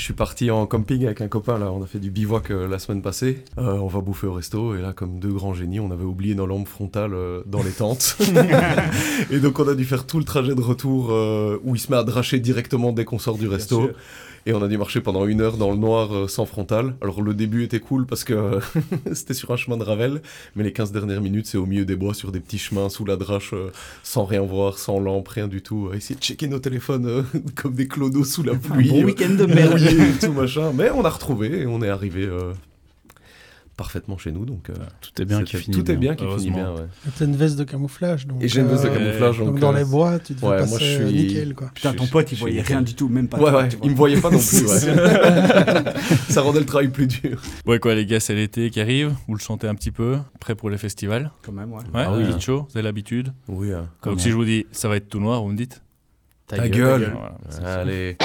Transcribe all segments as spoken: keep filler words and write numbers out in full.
suis parti en camping avec un copain, là, on a fait du bivouac euh, la semaine passée. Euh, on va bouffer au resto, et là, comme deux grands génies, on avait oublié nos lampes frontales euh, dans les tentes. Et donc, on a dû faire tout le trajet de retour euh, où il se met à dracher directement dès qu'on sort du resto. Et on a dû marcher pendant une heure dans le noir euh, sans frontale. Alors le début était cool parce que euh, c'était sur un chemin de Ravel, mais les quinze dernières minutes, c'est au milieu des bois, sur des petits chemins, sous la drache, euh, sans rien voir, sans lampe, rien du tout. À essayer de checker nos téléphones euh, comme des clodos sous la pluie. Un bon week-end de merde. Et tout machin. Mais on a retrouvé et on est arrivé... Euh, parfaitement chez nous, donc euh, tout est bien qui finit tout bien. est bien qui finit bien. Ouais. T'as une veste de camouflage, donc. Et j'ai une veste euh, de camouflage, donc, donc dans euh, les bois, tu devais ouais, passer moi, je suis... nickel, quoi. Putain, ton pote, il voyait rien du tout, même pas. Ouais, toi, ouais, il me voyait pas non plus. Ouais. Ça rendait le travail plus dur. Ouais, quoi, les gars, c'est l'été qui arrive. Vous le sentez un petit peu, prêt pour les festivals. Quand même, ouais. Ouais, ah, oui. il est chaud, vous avez l'habitude. Oui. Hein. Donc si je vous dis, ça va être tout noir, vous me dites. Ta, ta gueule. gueule. Voilà, allez.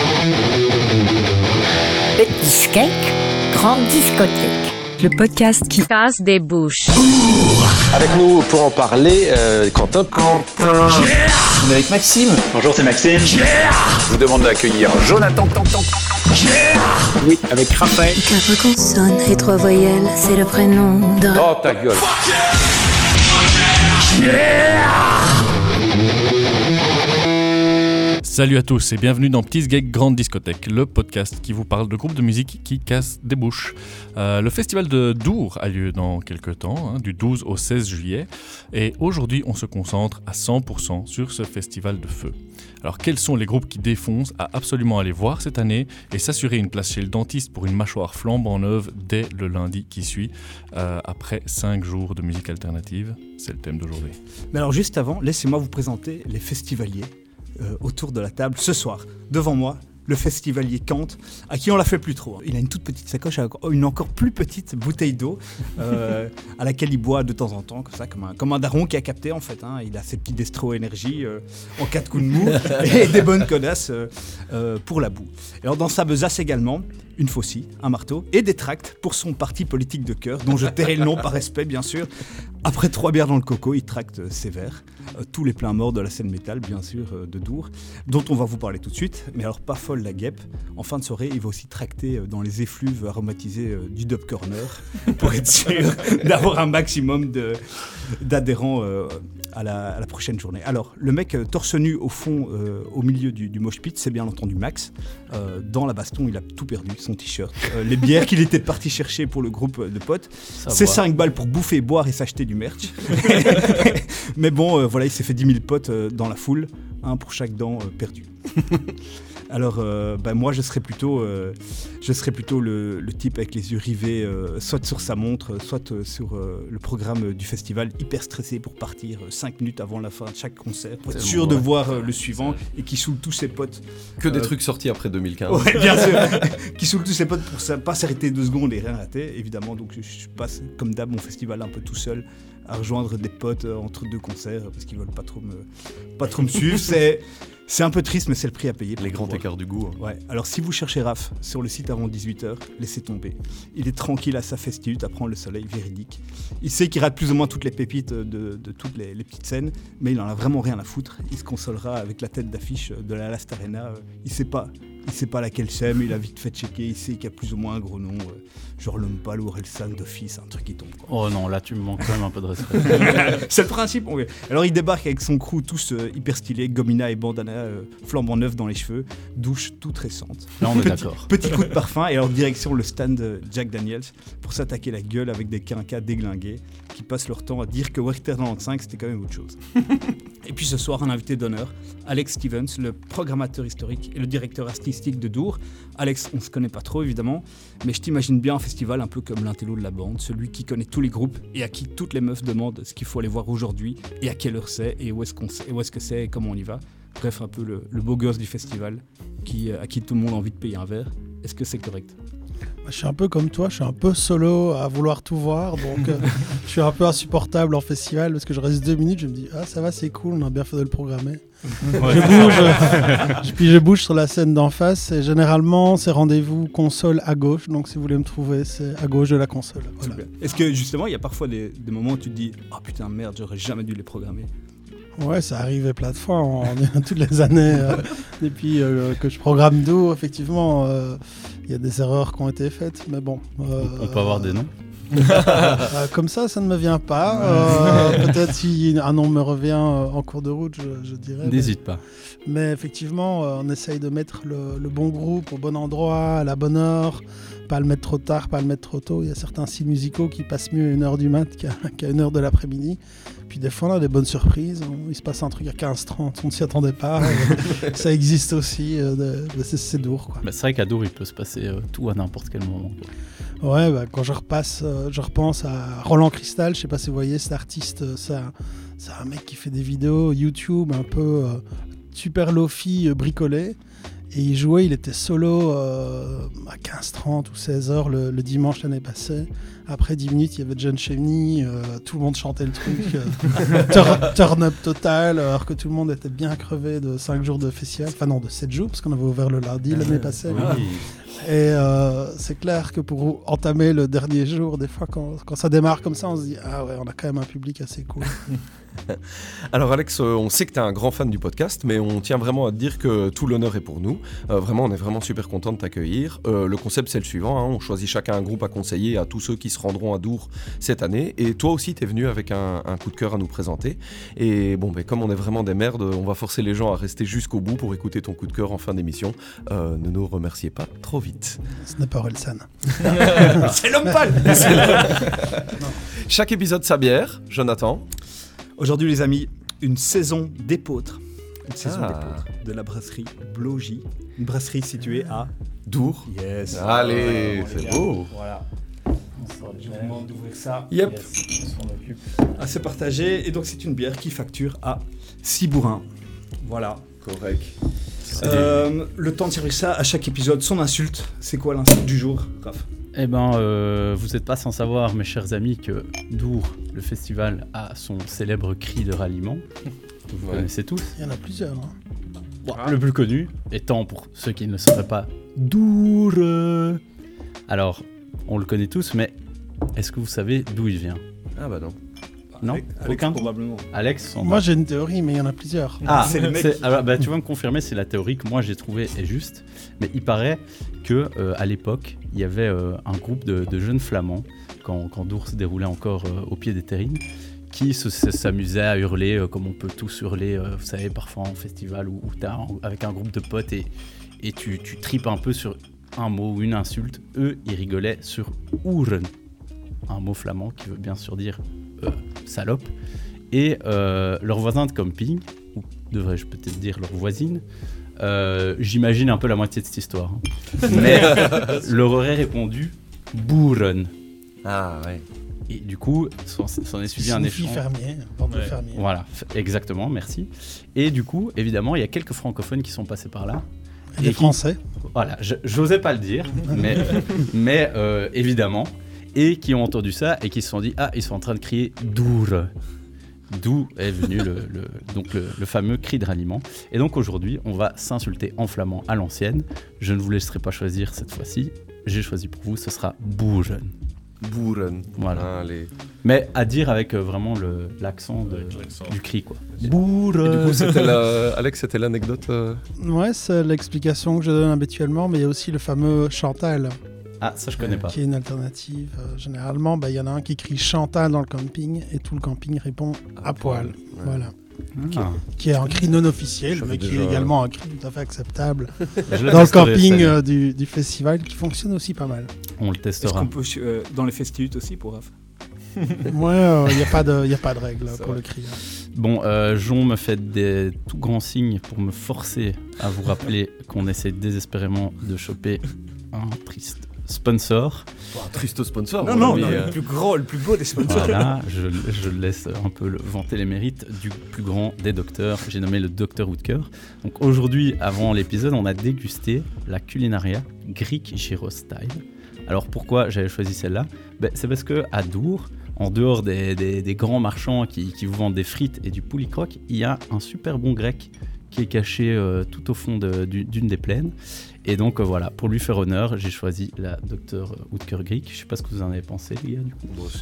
Petit cake, grande discothèque. Le podcast qui casse des bouches. Avec nous pour en parler, euh, Quentin. Quentin. Yeah. On est avec Maxime. Bonjour, c'est Maxime. Yeah. Je vous demande d'accueillir Jonathan. Yeah. Oui, avec Raphaël. Quatre consonnes et trois voyelles, c'est le prénom de... Oh ta gueule. Yeah. Salut à tous et bienvenue dans Petit Geek Grande Discothèque, le podcast qui vous parle de groupes de musique qui cassent des bouches. Euh, le festival de Dour a lieu dans quelques temps, hein, du douze au seize juillet, et aujourd'hui on se concentre à cent pour cent sur ce festival de feu. Alors quels sont les groupes qui défoncent à absolument aller voir cette année et s'assurer une place chez le dentiste pour une mâchoire flambant neuve dès le lundi qui suit, euh, après cinq jours de musique alternative? C'est le thème d'aujourd'hui. Mais alors juste avant, laissez-moi vous présenter les festivaliers. Euh, autour de la table ce soir. Devant moi, le festivalier Kant, à qui on la fait plus trop. Il a une toute petite sacoche avec une encore plus petite bouteille d'eau euh, à laquelle il boit de temps en temps, comme ça, comme un, comme un daron qui a capté en fait. Hein. Il a ses petits destro énergie euh, en cas de coup de mou et des bonnes codasses euh, euh, pour la boue. Et alors dans sa besace également, une faucille, un marteau et des tracts pour son parti politique de cœur, dont je tairai le nom par respect bien sûr. Après trois bières dans le coco, il tracte sévère. Euh, tous les pleins morts de la scène métal, bien sûr, euh, de Dour, dont on va vous parler tout de suite. Mais alors, pas folle la guêpe. En fin de soirée, il va aussi tracter euh, dans les effluves aromatisés euh, du Dub Corner pour être sûr d'avoir un maximum de, d'adhérents euh, à, la, à la prochaine journée. Alors, le mec euh, torse nu au fond, euh, au milieu du, du mosh pit, c'est bien entendu Max. Euh, dans la baston, il a tout perdu, son t-shirt, euh, les bières qu'il était parti chercher pour le groupe de potes. Ça c'est cinq balles pour bouffer, boire et s'acheter du merch. Mais bon, euh, voilà, il s'est fait dix mille potes euh, dans la foule, un pour chaque dent euh, perdue. Alors, euh, bah, moi, je serais plutôt, euh, je serais plutôt le, le type avec les yeux rivés, euh, soit sur sa montre, soit euh, sur euh, le programme du festival, hyper stressé pour partir euh, cinq minutes avant la fin de chaque concert, pour être sûr de voir euh, le suivant et qui saoule tous ses potes. Que euh, des euh, trucs sortis après deux mille quinze. Ouais, bien sûr. Qui saoule tous ses potes pour ne pas s'arrêter deux secondes et rien rater, évidemment. Donc, je, je passe, comme d'hab, mon festival un peu tout seul à rejoindre des potes euh, entre deux concerts parce qu'ils veulent pas trop me, pas trop me suivre. C'est... C'est un peu triste, mais c'est le prix à payer. Les grands voir. écarts du goût. Hein. Ouais. Alors, si vous cherchez Raph sur le site avant dix-huit heures, laissez tomber. Il est tranquille à sa festitude, à prendre le soleil, véridique. Il sait qu'il rate plus ou moins toutes les pépites de, de toutes les, les petites scènes, mais il en a vraiment rien à foutre. Il se consolera avec la tête d'affiche de la Last Arena. Il sait pas. Il sait pas laquelle c'est, mais il a vite fait checker. Il sait qu'il y a plus ou moins un gros nom, euh, genre Lompal ou Orelsan d'office, un truc qui tombe. Quoi. Oh non, là tu me manques quand même un peu de respect. C'est le principe. Okay. Alors il débarque avec son crew tous euh, hyper stylés, gomina et bandana euh, flambant neuf dans les cheveux, douche toute récente. Là on est petit, d'accord. Petit coup de parfum et alors direction le stand de Jack Daniels pour s'attaquer la gueule avec des quinquas déglingués qui passent leur temps à dire que Werther quatre-vingt-quinze c'était quand même autre chose. Et puis ce soir, un invité d'honneur, Alex Stevens, le programmateur historique et le directeur artistique de Dour. Alex, on ne se connaît pas trop évidemment, mais je t'imagine bien un festival un peu comme l'intello de la bande, celui qui connaît tous les groupes et à qui toutes les meufs demandent ce qu'il faut aller voir aujourd'hui et à quelle heure c'est et où est-ce, qu'on sait, et où est-ce que c'est et comment on y va. Bref, un peu le, le beau gosse du festival qui, à qui tout le monde a envie de payer un verre. Est-ce que c'est correct ? Je suis un peu comme toi, je suis un peu solo à vouloir tout voir, donc euh, je suis un peu insupportable en festival parce que je reste deux minutes, je me dis ah ça va, c'est cool, on a bien fait de le programmer. Ouais. Je bouge, je, puis je bouge sur la scène d'en face et généralement c'est rendez-vous console à gauche, donc si vous voulez me trouver c'est à gauche de la console. Voilà. Est-ce que justement il y a parfois des, des moments où tu te dis ah oh, putain merde, j'aurais jamais dû les programmer? Ouais, ça arrivait plein de fois, en, en, toutes les années euh, depuis euh, que je programme Dour, effectivement. Euh, il y a des erreurs qui ont été faites, mais bon. Euh, On peut avoir des noms euh, Comme ça, ça ne me vient pas. Euh, peut-être si un nom me revient en cours de route, je, je dirais. N'hésite mais, pas. Mais effectivement, euh, on essaye de mettre le, le bon groupe au bon endroit, à la bonne heure, pas le mettre trop tard, pas le mettre trop tôt. Il y a certains styles musicaux qui passent mieux à une heure du mat qu'à, qu'à une heure de l'après-midi. Puis des fois, on a des bonnes surprises. Il se passe un truc à quinze trente, on ne s'y attendait pas. Ça existe aussi. Euh, de, de, c'est, c'est Dour, quoi. Bah, c'est vrai qu'à Dour, il peut se passer euh, tout à n'importe quel moment, quoi. Ouais, bah, quand je repasse, euh, je repense à Roland Cristal. Je sais pas si vous voyez cet artiste. Euh, c'est, un, c'est un mec qui fait des vidéos YouTube un peu euh, super lofi, euh, bricolé. Et il jouait, il était solo euh, à quinze trente ou seize heures le, le dimanche l'année passée. Après dix minutes, il y avait John Chevney, euh, tout le monde chantait le truc. Euh, turn, turn up total, alors que tout le monde était bien crevé de cinq jours de festival. Enfin non, de sept jours, parce qu'on avait ouvert le lundi l'année passée. Oui. Et euh, c'est clair que pour entamer le dernier jour, des fois, quand, quand ça démarre comme ça, on se dit « Ah ouais, on a quand même un public assez cool. » Alors Alex, euh, on sait que tu es un grand fan du podcast, mais on tient vraiment à te dire que tout l'honneur est pour nous. Euh, vraiment, on est vraiment super content de t'accueillir. Euh, le concept, c'est le suivant, hein, on choisit chacun un groupe à conseiller à tous ceux qui se rendront à Dour cette année. Et toi aussi, tu es venu avec un, un coup de cœur à nous présenter. Et bon, ben, comme on est vraiment des merdes, on va forcer les gens à rester jusqu'au bout pour écouter ton coup de cœur en fin d'émission. Euh, ne nous remerciez pas trop vite. Ce n'est pas Orelsan. C'est l'homme pâle. Chaque épisode sa bière, Jonathan. Aujourd'hui, les amis, une saison d'épeautres. Une saison Ah. d'épeautres de la brasserie Blogy. Une brasserie située à Dour. Yes. Allez, Voilà, c'est les beau. gars. Voilà. Je vous demande d'ouvrir ça. Yep. Yes, on s'en occupe. Ah, c'est partagé. Et donc, c'est une bière qui facture à six bourrins. Voilà. Correct. Euh, le temps de servir ça à chaque épisode, son insulte. C'est quoi l'insulte du jour, Raph? Eh ben, euh, vous n'êtes pas sans savoir, mes chers amis, que Dour, le festival, a son célèbre cri de ralliement. Vous Ouais. connaissez tous. Il y en a plusieurs. Hein. Bon, le plus connu étant, pour ceux qui ne le sauraient pas, Dour. Alors, on le connaît tous, mais est-ce que vous savez d'où il vient? Ah bah non. Non, Alex, aucun. probablement. Alex on Moi, va- j'ai une théorie, mais il y en a plusieurs. Ah, C'est le mec c'est- qui- alors, bah, tu vas me confirmer si la théorie que moi j'ai trouvée est juste, mais il paraît que euh, à l'époque, il y avait euh, un groupe de, de jeunes flamands, quand, quand Dour se déroulait encore euh, au pied des terrines, qui se- se- s'amusaient à hurler euh, comme on peut tous hurler, euh, vous savez, parfois en festival où, où t'es un- avec un groupe de potes et, et tu, tu tripes un peu sur un mot ou une insulte. Eux, ils rigolaient sur Oeren, un mot flamand qui veut bien sûr dire euh, salope. Et euh, leur voisin de camping, ou devrais-je peut-être dire leur voisine, euh, j'imagine un peu la moitié de cette histoire, hein. Mais leur aurait répondu Boeren. Ah ouais. Et du coup, s'en s'en est suivi un Signifie échange. fermier, bande de Ouais. fermiers. Voilà, f- exactement, merci. Et du coup, évidemment, il y a quelques francophones qui sont passés par là. Et des qui- Français. Voilà, je- j'osais pas le dire, mais, mais euh, évidemment, et qui ont entendu ça et qui se sont dit ah, ils sont en train de crier Dour. D'où est venu le, le- donc le, le fameux cri de ralliement. Et donc aujourd'hui, on va s'insulter en flamand à l'ancienne. Je ne vous laisserai pas choisir cette fois-ci. J'ai choisi pour vous, ce sera Boeren. Boeren. Voilà. Allez. Mais à dire avec euh, vraiment le- l'accent de- Avec l'accent. du cri, quoi. Et Boeren. du coup, c'était la... Alex, c'était l'anecdote. euh, Ouais, c'est l'explication que je donne habituellement, mais il y a aussi le fameux Chantal, Ah, ça je connais pas. qui est une alternative. Euh, généralement, bah, il y en a un qui crie Chantal dans le camping, et tout le camping répond à poil. Ouais. Voilà. Ah. Qui est un cri non officiel, Je mais savais qui déjà. est également un cri tout à fait acceptable Je le dans le testerai, camping celle-là. euh, du, du festival, qui fonctionne aussi pas mal. On le Est-ce testera. qu'on peut euh, dans les festivités aussi pour Raph? Ouais, il n'y a pas de, y a pas de règle Ça pour va. le cri. hein. Bon, euh, Jon me fait des tout grands signes pour me forcer à vous rappeler qu'on essaie désespérément de choper un triste sponsor. Un triste sponsor. Non, on non, l'a non, mis, le euh, plus grand, le plus beau des sponsors. Voilà, je, je laisse un peu le- vanter les mérites du plus grand des docteurs. J'ai nommé le docteur Woodker. Donc aujourd'hui, avant l'épisode, on a dégusté la culinaria Greek Gyro Style. Alors pourquoi j'avais choisi celle-là? Ben, c'est parce que à Dour, en dehors des, des- des grands marchands qui, qui vous vendent des frites et du poulet croque, il y a un super bon grec qui est caché euh, tout au fond de- du- d'une des plaines. Et donc euh, voilà, pour lui faire honneur, j'ai choisi la docteur Woodker Greek. Je sais pas ce que vous en avez pensé, les gars, du coup. Moi aussi.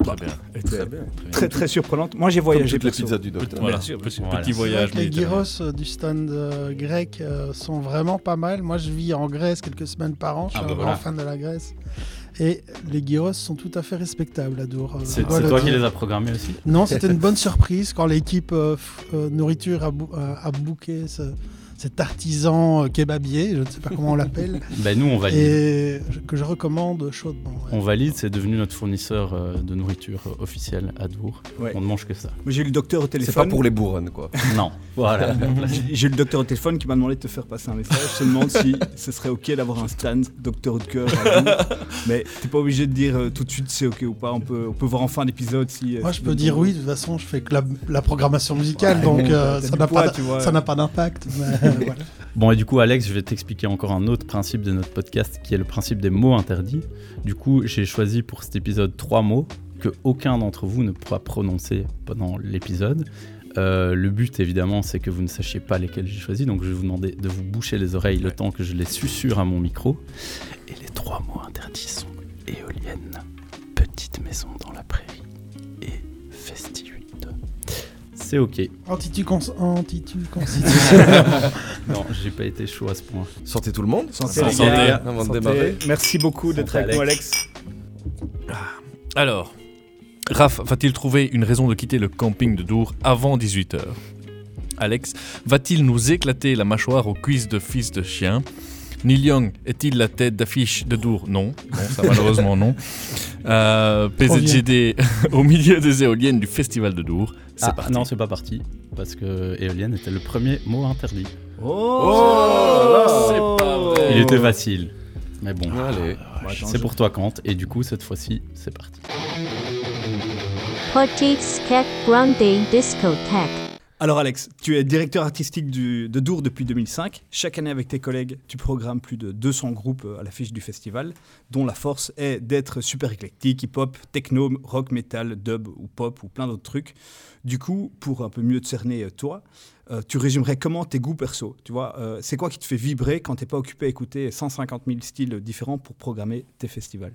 Très bien. était Très bien. très très surprenante. Moi j'ai voyagé. Comme toutes les perso. pizzas du docteur. Voilà, Bien sûr, petit, voilà. petit voyage. Les méditerranéen. gyros euh, du stand euh, grec euh, sont vraiment pas mal. Moi, je vis en Grèce quelques semaines par an. Je suis Ah un bah grand voilà. fan de la Grèce. Et les gyros sont tout à fait respectables à Dour. Euh, C'est je dois c'est le toi qui dire. les as programmés aussi? Non, c'était une bonne surprise quand l'équipe euh, f- euh, nourriture a, bou- a, a booké ce- cet artisan euh, kebabier, je ne sais pas comment on l'appelle, Ben nous, on valide. et je- que je recommande chaudement. ouais. On valide, c'est devenu notre fournisseur euh, de nourriture euh, officiel à Dour. Ouais. On ne mange que ça. Moi, j'ai eu le docteur au C'est téléphone. pas pour les bourronnes, quoi. Non, voilà. J'ai j'ai eu le docteur au téléphone qui m'a demandé de te faire passer un message. Je te demande si ce serait ok d'avoir un stand docteur de cœur à Dour. Mais t'es pas obligé de dire euh, tout de suite si c'est ok ou pas. On peut, on peut voir en fin d'épisode si. euh, Moi, si je peux c'est dire bon. oui, de toute façon, je fais que la, la programmation musicale, Ouais, donc bon, euh, t'as ça du n'a poids, pas, tu vois. ça n'a pas d'impact. mais, euh, voilà. Bon, et du coup, Alex, je vais t'expliquer encore un autre principe de notre podcast qui est le principe des mots interdits. Du coup, j'ai choisi pour cet épisode trois mots que aucun d'entre vous ne pourra prononcer pendant l'épisode. Euh, le but, évidemment, c'est que vous ne sachiez pas lesquels j'ai choisi. Donc, je vais vous demander de vous boucher les oreilles le temps que je les susurre à mon micro. Et les trois mots interdits sont éolienne, petite maison dans la prairie et festivité. C'est ok. Antitu-cons- Antitu-constitution. Non, j'ai pas été chaud à ce point. Santé tout le monde. Santé, Santé, les gars. avant de Santé. démarrer. Merci beaucoup d'être Santé, avec nous, Alex. Alex. Alors, Raph va-t-il trouver une raison de quitter le camping de Dour avant dix-huit heures? Alex va-t-il nous éclater la mâchoire au quiz de fils de chien? Neil Young est-il la tête d'affiche de Dour? Non, non, ça malheureusement non. Euh, P Z G D au milieu des éoliennes du festival de Dour. C'est Ah, parti. non, c'est pas parti. Parce que éolienne était le premier mot interdit. Oh, c'est pas vrai. Il était facile. Mais bon, Allez. c'est pour toi, Kant. Et du coup, cette fois-ci, c'est parti. Petite Skate Grande Discothèque. Alors Alex, tu es directeur artistique du- de Dour depuis deux mille cinq. Chaque année avec tes collègues, tu programmes plus de deux cents groupes euh, à l'affiche du festival, dont la force est d'être super éclectique, hip-hop, techno, rock, metal, dub ou pop ou plein d'autres trucs. Du coup, pour un peu mieux te cerner euh, toi, euh, tu résumerais comment tes goûts perso, tu vois, euh, c'est quoi qui te fait vibrer quand t'es pas occupé à écouter cent cinquante mille styles différents pour programmer tes festivals?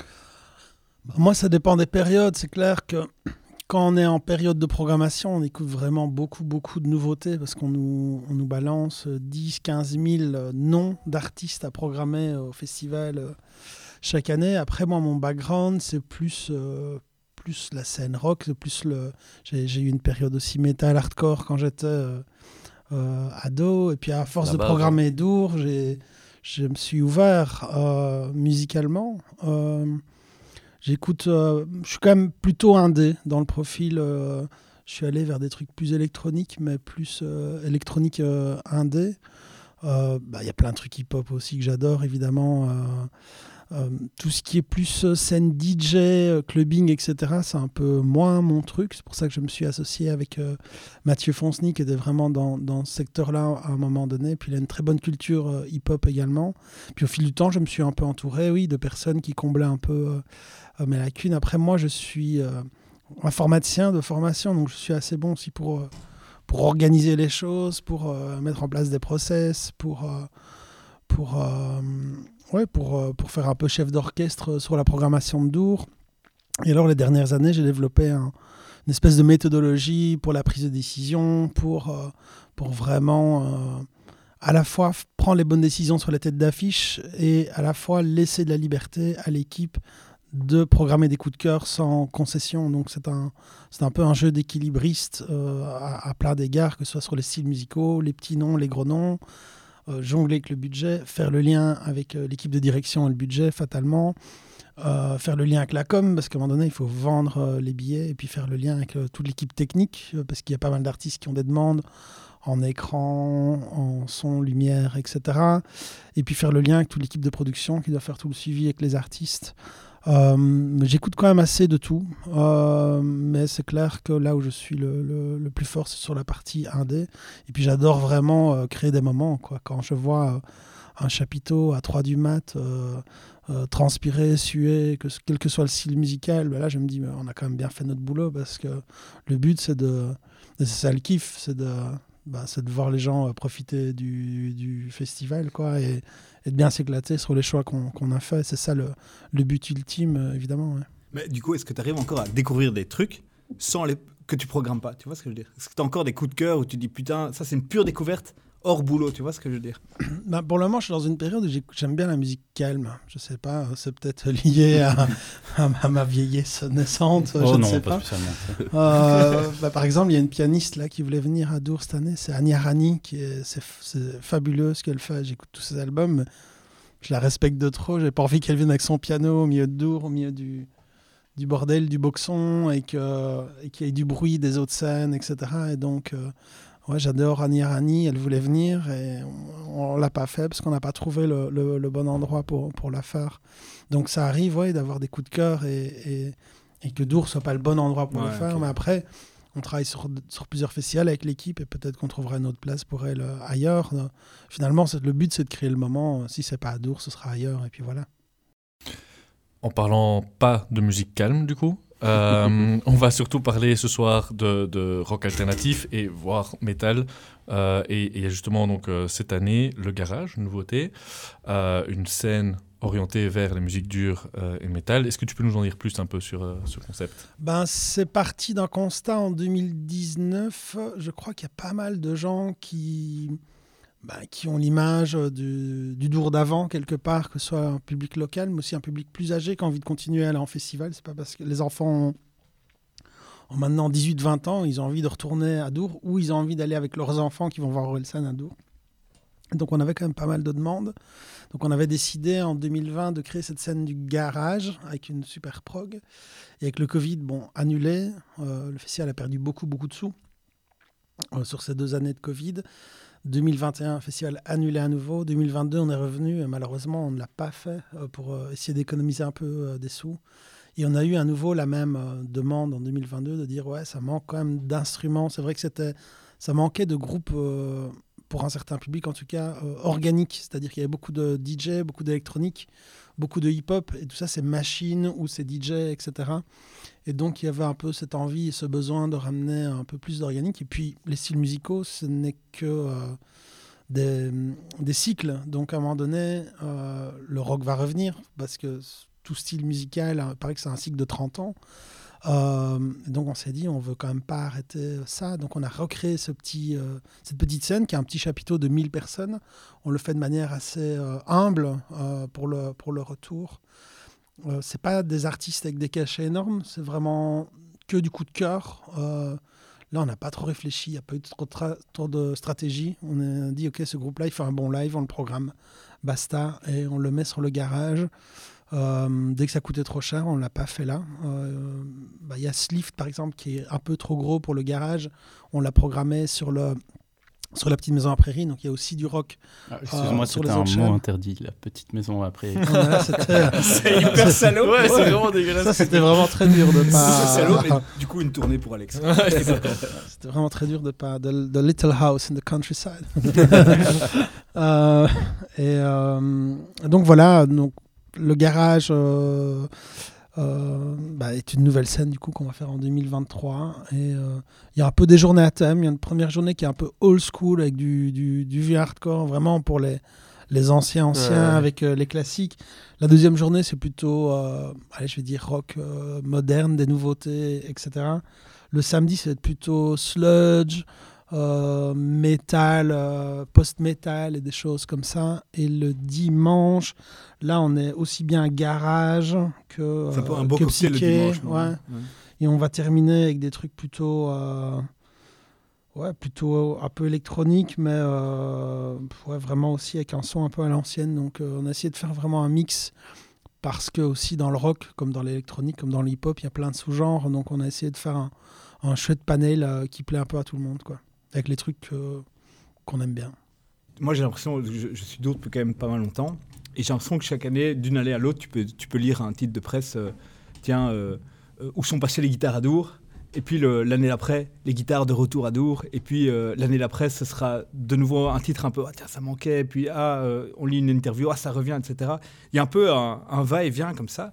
Moi, ça dépend des périodes. C'est clair que quand on est en période de programmation, on écoute vraiment beaucoup, beaucoup de nouveautés parce qu'on nous, on nous balance dix, quinze mille noms d'artistes à programmer au festival euh, chaque année. Après, moi, mon background, c'est plus, euh, plus la scène rock. C'est plus le... j'ai, j'ai eu une période aussi métal, hardcore quand j'étais euh, euh, ado. Et puis, à force La de base, programmer Dour, j'ai, je me suis ouvert euh, musicalement. Euh, J'écoute, euh, je suis quand même plutôt indé dans le profil. Euh, je suis allé vers des trucs plus électroniques, mais plus euh, électronique euh, indé. Il euh, bah, y a plein de trucs hip-hop aussi que j'adore, évidemment. Euh, euh, tout ce qui est plus euh, scène D J, euh, clubbing, et cetera, c'est un peu moins mon truc. C'est pour ça que je me suis associé avec euh, Mathieu Fonceny, qui était vraiment dans, dans ce secteur-là à un moment donné. Puis il a une très bonne culture euh, hip-hop également. Puis au fil du temps, je me suis un peu entouré, oui, de personnes qui comblaient un peu euh, mes lacunes. Après, moi, je suis euh, informaticien de formation, donc je suis assez bon aussi pour, euh, pour organiser les choses, pour euh, mettre en place des process, pour... Euh, pour euh, Ouais, pour, euh, pour faire un peu chef d'orchestre sur la programmation de Dour. Et alors, les dernières années, j'ai développé un, une espèce de méthodologie pour la prise de décision, pour, euh, pour vraiment euh, à la fois f- prendre les bonnes décisions sur la tête d'affiche et à la fois laisser de la liberté à l'équipe de programmer des coups de cœur sans concession. Donc, c'est un, c'est un peu un jeu d'équilibriste euh, à, à plein d'égards, que ce soit sur les styles musicaux, les petits noms, les gros noms. Euh, jongler avec le budget, faire le lien avec euh, l'équipe de direction et le budget, fatalement, euh, faire le lien avec la com, parce qu'à un moment donné, il faut vendre euh, les billets, et puis faire le lien avec euh, toute l'équipe technique, euh, parce qu'il y a pas mal d'artistes qui ont des demandes en écran, en son, lumière, et cetera. Et puis faire le lien avec toute l'équipe de production qui doit faire tout le suivi avec les artistes. Euh, j'écoute quand même assez de tout, euh, mais c'est clair que là où je suis le, le, le plus fort, c'est sur la partie indé. Et puis j'adore vraiment euh, créer des moments, quoi. Quand je vois euh, un chapiteau à trois du mat, euh, euh, transpirer, suer, que, quel que soit le style musical, ben là je me dis, mais on a quand même bien fait notre boulot, parce que le but c'est de... C'est ça le kiff, c'est de... Bah, c'est de voir les gens euh, profiter du, du festival, quoi, et, et de bien s'éclater sur les choix qu'on, qu'on a fait. C'est ça le, le but ultime, euh, évidemment. Ouais. Mais du coup, est-ce que tu arrives encore à découvrir des trucs sans les... que tu programmes pas? Tu vois ce que je veux dire? Est-ce que tu as encore des coups de cœur où tu dis putain, ça c'est une pure découverte hors boulot, tu vois ce que je veux dire? Bah, pour le moment, je suis dans une période où j'aime bien la musique calme. Je sais pas, c'est peut-être lié à, à, à ma vieillesse naissante. Oh je non, ne sais pas pas. spécialement. Euh, bah, par exemple, il y a une pianiste là qui voulait venir à Dour cette année, c'est Anya Rani, qui est, c'est, c'est fabuleux ce qu'elle fait. J'écoute tous ses albums, mais je la respecte de trop. J'ai pas envie qu'elle vienne avec son piano au milieu de Dour, au milieu du, du bordel, du boxon, et, que, et qu'il y ait du bruit des autres scènes, et cetera. Et donc, euh, ouais, j'adore Anya Rani, elle voulait venir et on ne l'a pas fait parce qu'on n'a pas trouvé le, le, le bon endroit pour, pour la faire. Donc ça arrive ouais, d'avoir des coups de cœur et, et, et que Dour ne soit pas le bon endroit pour Ouais, le faire. okay. Mais après, on travaille sur, sur plusieurs festivals avec l'équipe et peut-être qu'on trouvera une autre place pour elle euh, ailleurs. Finalement, c'est, le but, c'est de créer le moment. Si ce n'est pas à Dour, ce sera ailleurs et puis voilà. En parlant pas de musique calme, du coup, euh, on va surtout parler ce soir de, de rock alternatif et voire métal. Euh, et il y a justement donc, euh, cette année le Garage, une nouveauté, euh, une scène orientée vers les musiques dures euh, et métal. Est-ce que tu peux nous en dire plus un peu sur euh, ce concept? Ben, c'est parti d'un constat en deux mille dix-neuf. Je crois qu'il y a pas mal de gens qui... Bah, qui ont l'image du, du Dour d'avant, quelque part, que ce soit un public local, mais aussi un public plus âgé qui a envie de continuer à aller en festival. C'est pas parce que les enfants ont, ont maintenant dix-huit vingt ans, ils ont envie de retourner à Dour, ou ils ont envie d'aller avec leurs enfants qui vont voir Orelsan à Dour. Donc on avait quand même pas mal de demandes. Donc on avait décidé en deux mille vingt de créer cette scène du Garage avec une super prog. Et avec le Covid, bon, annulé, euh, le festival a perdu beaucoup, beaucoup de sous euh, sur ces deux années de Covid. deux mille vingt et un, festival annulé à nouveau. deux mille vingt-deux, on est revenu et malheureusement, on ne l'a pas fait euh, pour euh, essayer d'économiser un peu euh, des sous. Et on a eu à nouveau la même euh, demande en deux mille vingt-deux de dire ouais, ça manque quand même d'instruments. C'est vrai que c'était, ça manquait de groupes, euh, pour un certain public en tout cas, euh, organiques. C'est-à-dire qu'il y avait beaucoup de D J, beaucoup d'électronique, beaucoup de hip-hop. Et tout ça, c'est machines ou c'est D J, et cetera. Et donc, il y avait un peu cette envie et ce besoin de ramener un peu plus d'organique. Et puis, les styles musicaux, ce n'est que euh, des, des cycles. Donc, à un moment donné, euh, le rock va revenir parce que tout style musical, il paraît que c'est un cycle de trente ans. Euh, donc, on s'est dit, on ne veut quand même pas arrêter ça. Donc, on a recréé ce petit, euh, cette petite scène qui est un petit chapiteau de mille personnes. On le fait de manière assez euh, humble euh, pour, le, pour le retour. Euh, c'est pas des artistes avec des cachets énormes, c'est vraiment que du coup de cœur. Euh, là, on n'a pas trop réfléchi, il n'y a pas eu trop, tra- trop de stratégie. On a dit, ok, ce groupe-là, il fait un bon live, on le programme, basta, et on le met sur le Garage. Euh, dès que ça coûtait trop cher, on ne l'a pas fait là. Il euh, bah, y a Slift, par exemple, qui est un peu trop gros pour le Garage. On l'a programmé sur le... sur la petite maison à Prairie, donc il y a aussi du rock. Ah, excuse-moi, euh, c'était un mot chaînes. Interdit, la petite maison à Prairie. Ouais, c'était... c'est hyper salaud. Ouais, c'est vraiment dégueulasse. Ça, c'était vraiment très dur de pas... C'est salaud, mais du coup, une tournée pour Alex. C'était vraiment très dur de pas... The, the Little House in the Countryside. euh, et euh, donc voilà, donc, le Garage... Euh, Euh, bah, est une nouvelle scène du coup qu'on va faire en deux mille vingt-trois et il euh, y a un peu des journées à thème. Il y a une première journée qui est un peu old school avec du, du, du vieux hardcore vraiment pour les, les anciens anciens ouais. avec euh, les classiques. La deuxième journée c'est plutôt euh, allez, je vais dire rock euh, moderne, des nouveautés, etc. Le samedi c'est plutôt sludge, euh, métal, euh, post-métal et des choses comme ça. Et le dimanche, là, on est aussi bien Garage que c'est euh, un beau que cocktail le dimanche. Ouais. Ouais. Et on va terminer avec des trucs plutôt, euh, ouais, plutôt un peu électroniques, mais euh, ouais, vraiment aussi avec un son un peu à l'ancienne. Donc, euh, on a essayé de faire vraiment un mix. Parce que aussi dans le rock, comme dans l'électronique, comme dans le hip-hop, il y a plein de sous-genres. Donc on a essayé de faire un, un chouette panel euh, qui plaît un peu à tout le monde, quoi. Avec les trucs euh, qu'on aime bien. Moi j'ai l'impression, je, je suis d'autres depuis quand même pas mal longtemps, et j'ai l'impression que chaque année, d'une année à l'autre, tu peux, tu peux lire un titre de presse, euh, tiens, euh, euh, où sont passées les guitares à Dour, et puis le, l'année d'après, les guitares de retour à Dour, et puis euh, l'année d'après, ce sera de nouveau un titre un peu, ah tiens, ça manquait, et puis ah, euh, on lit une interview, ah, ça revient, et cetera. Il y a un peu un, un va-et-vient comme ça,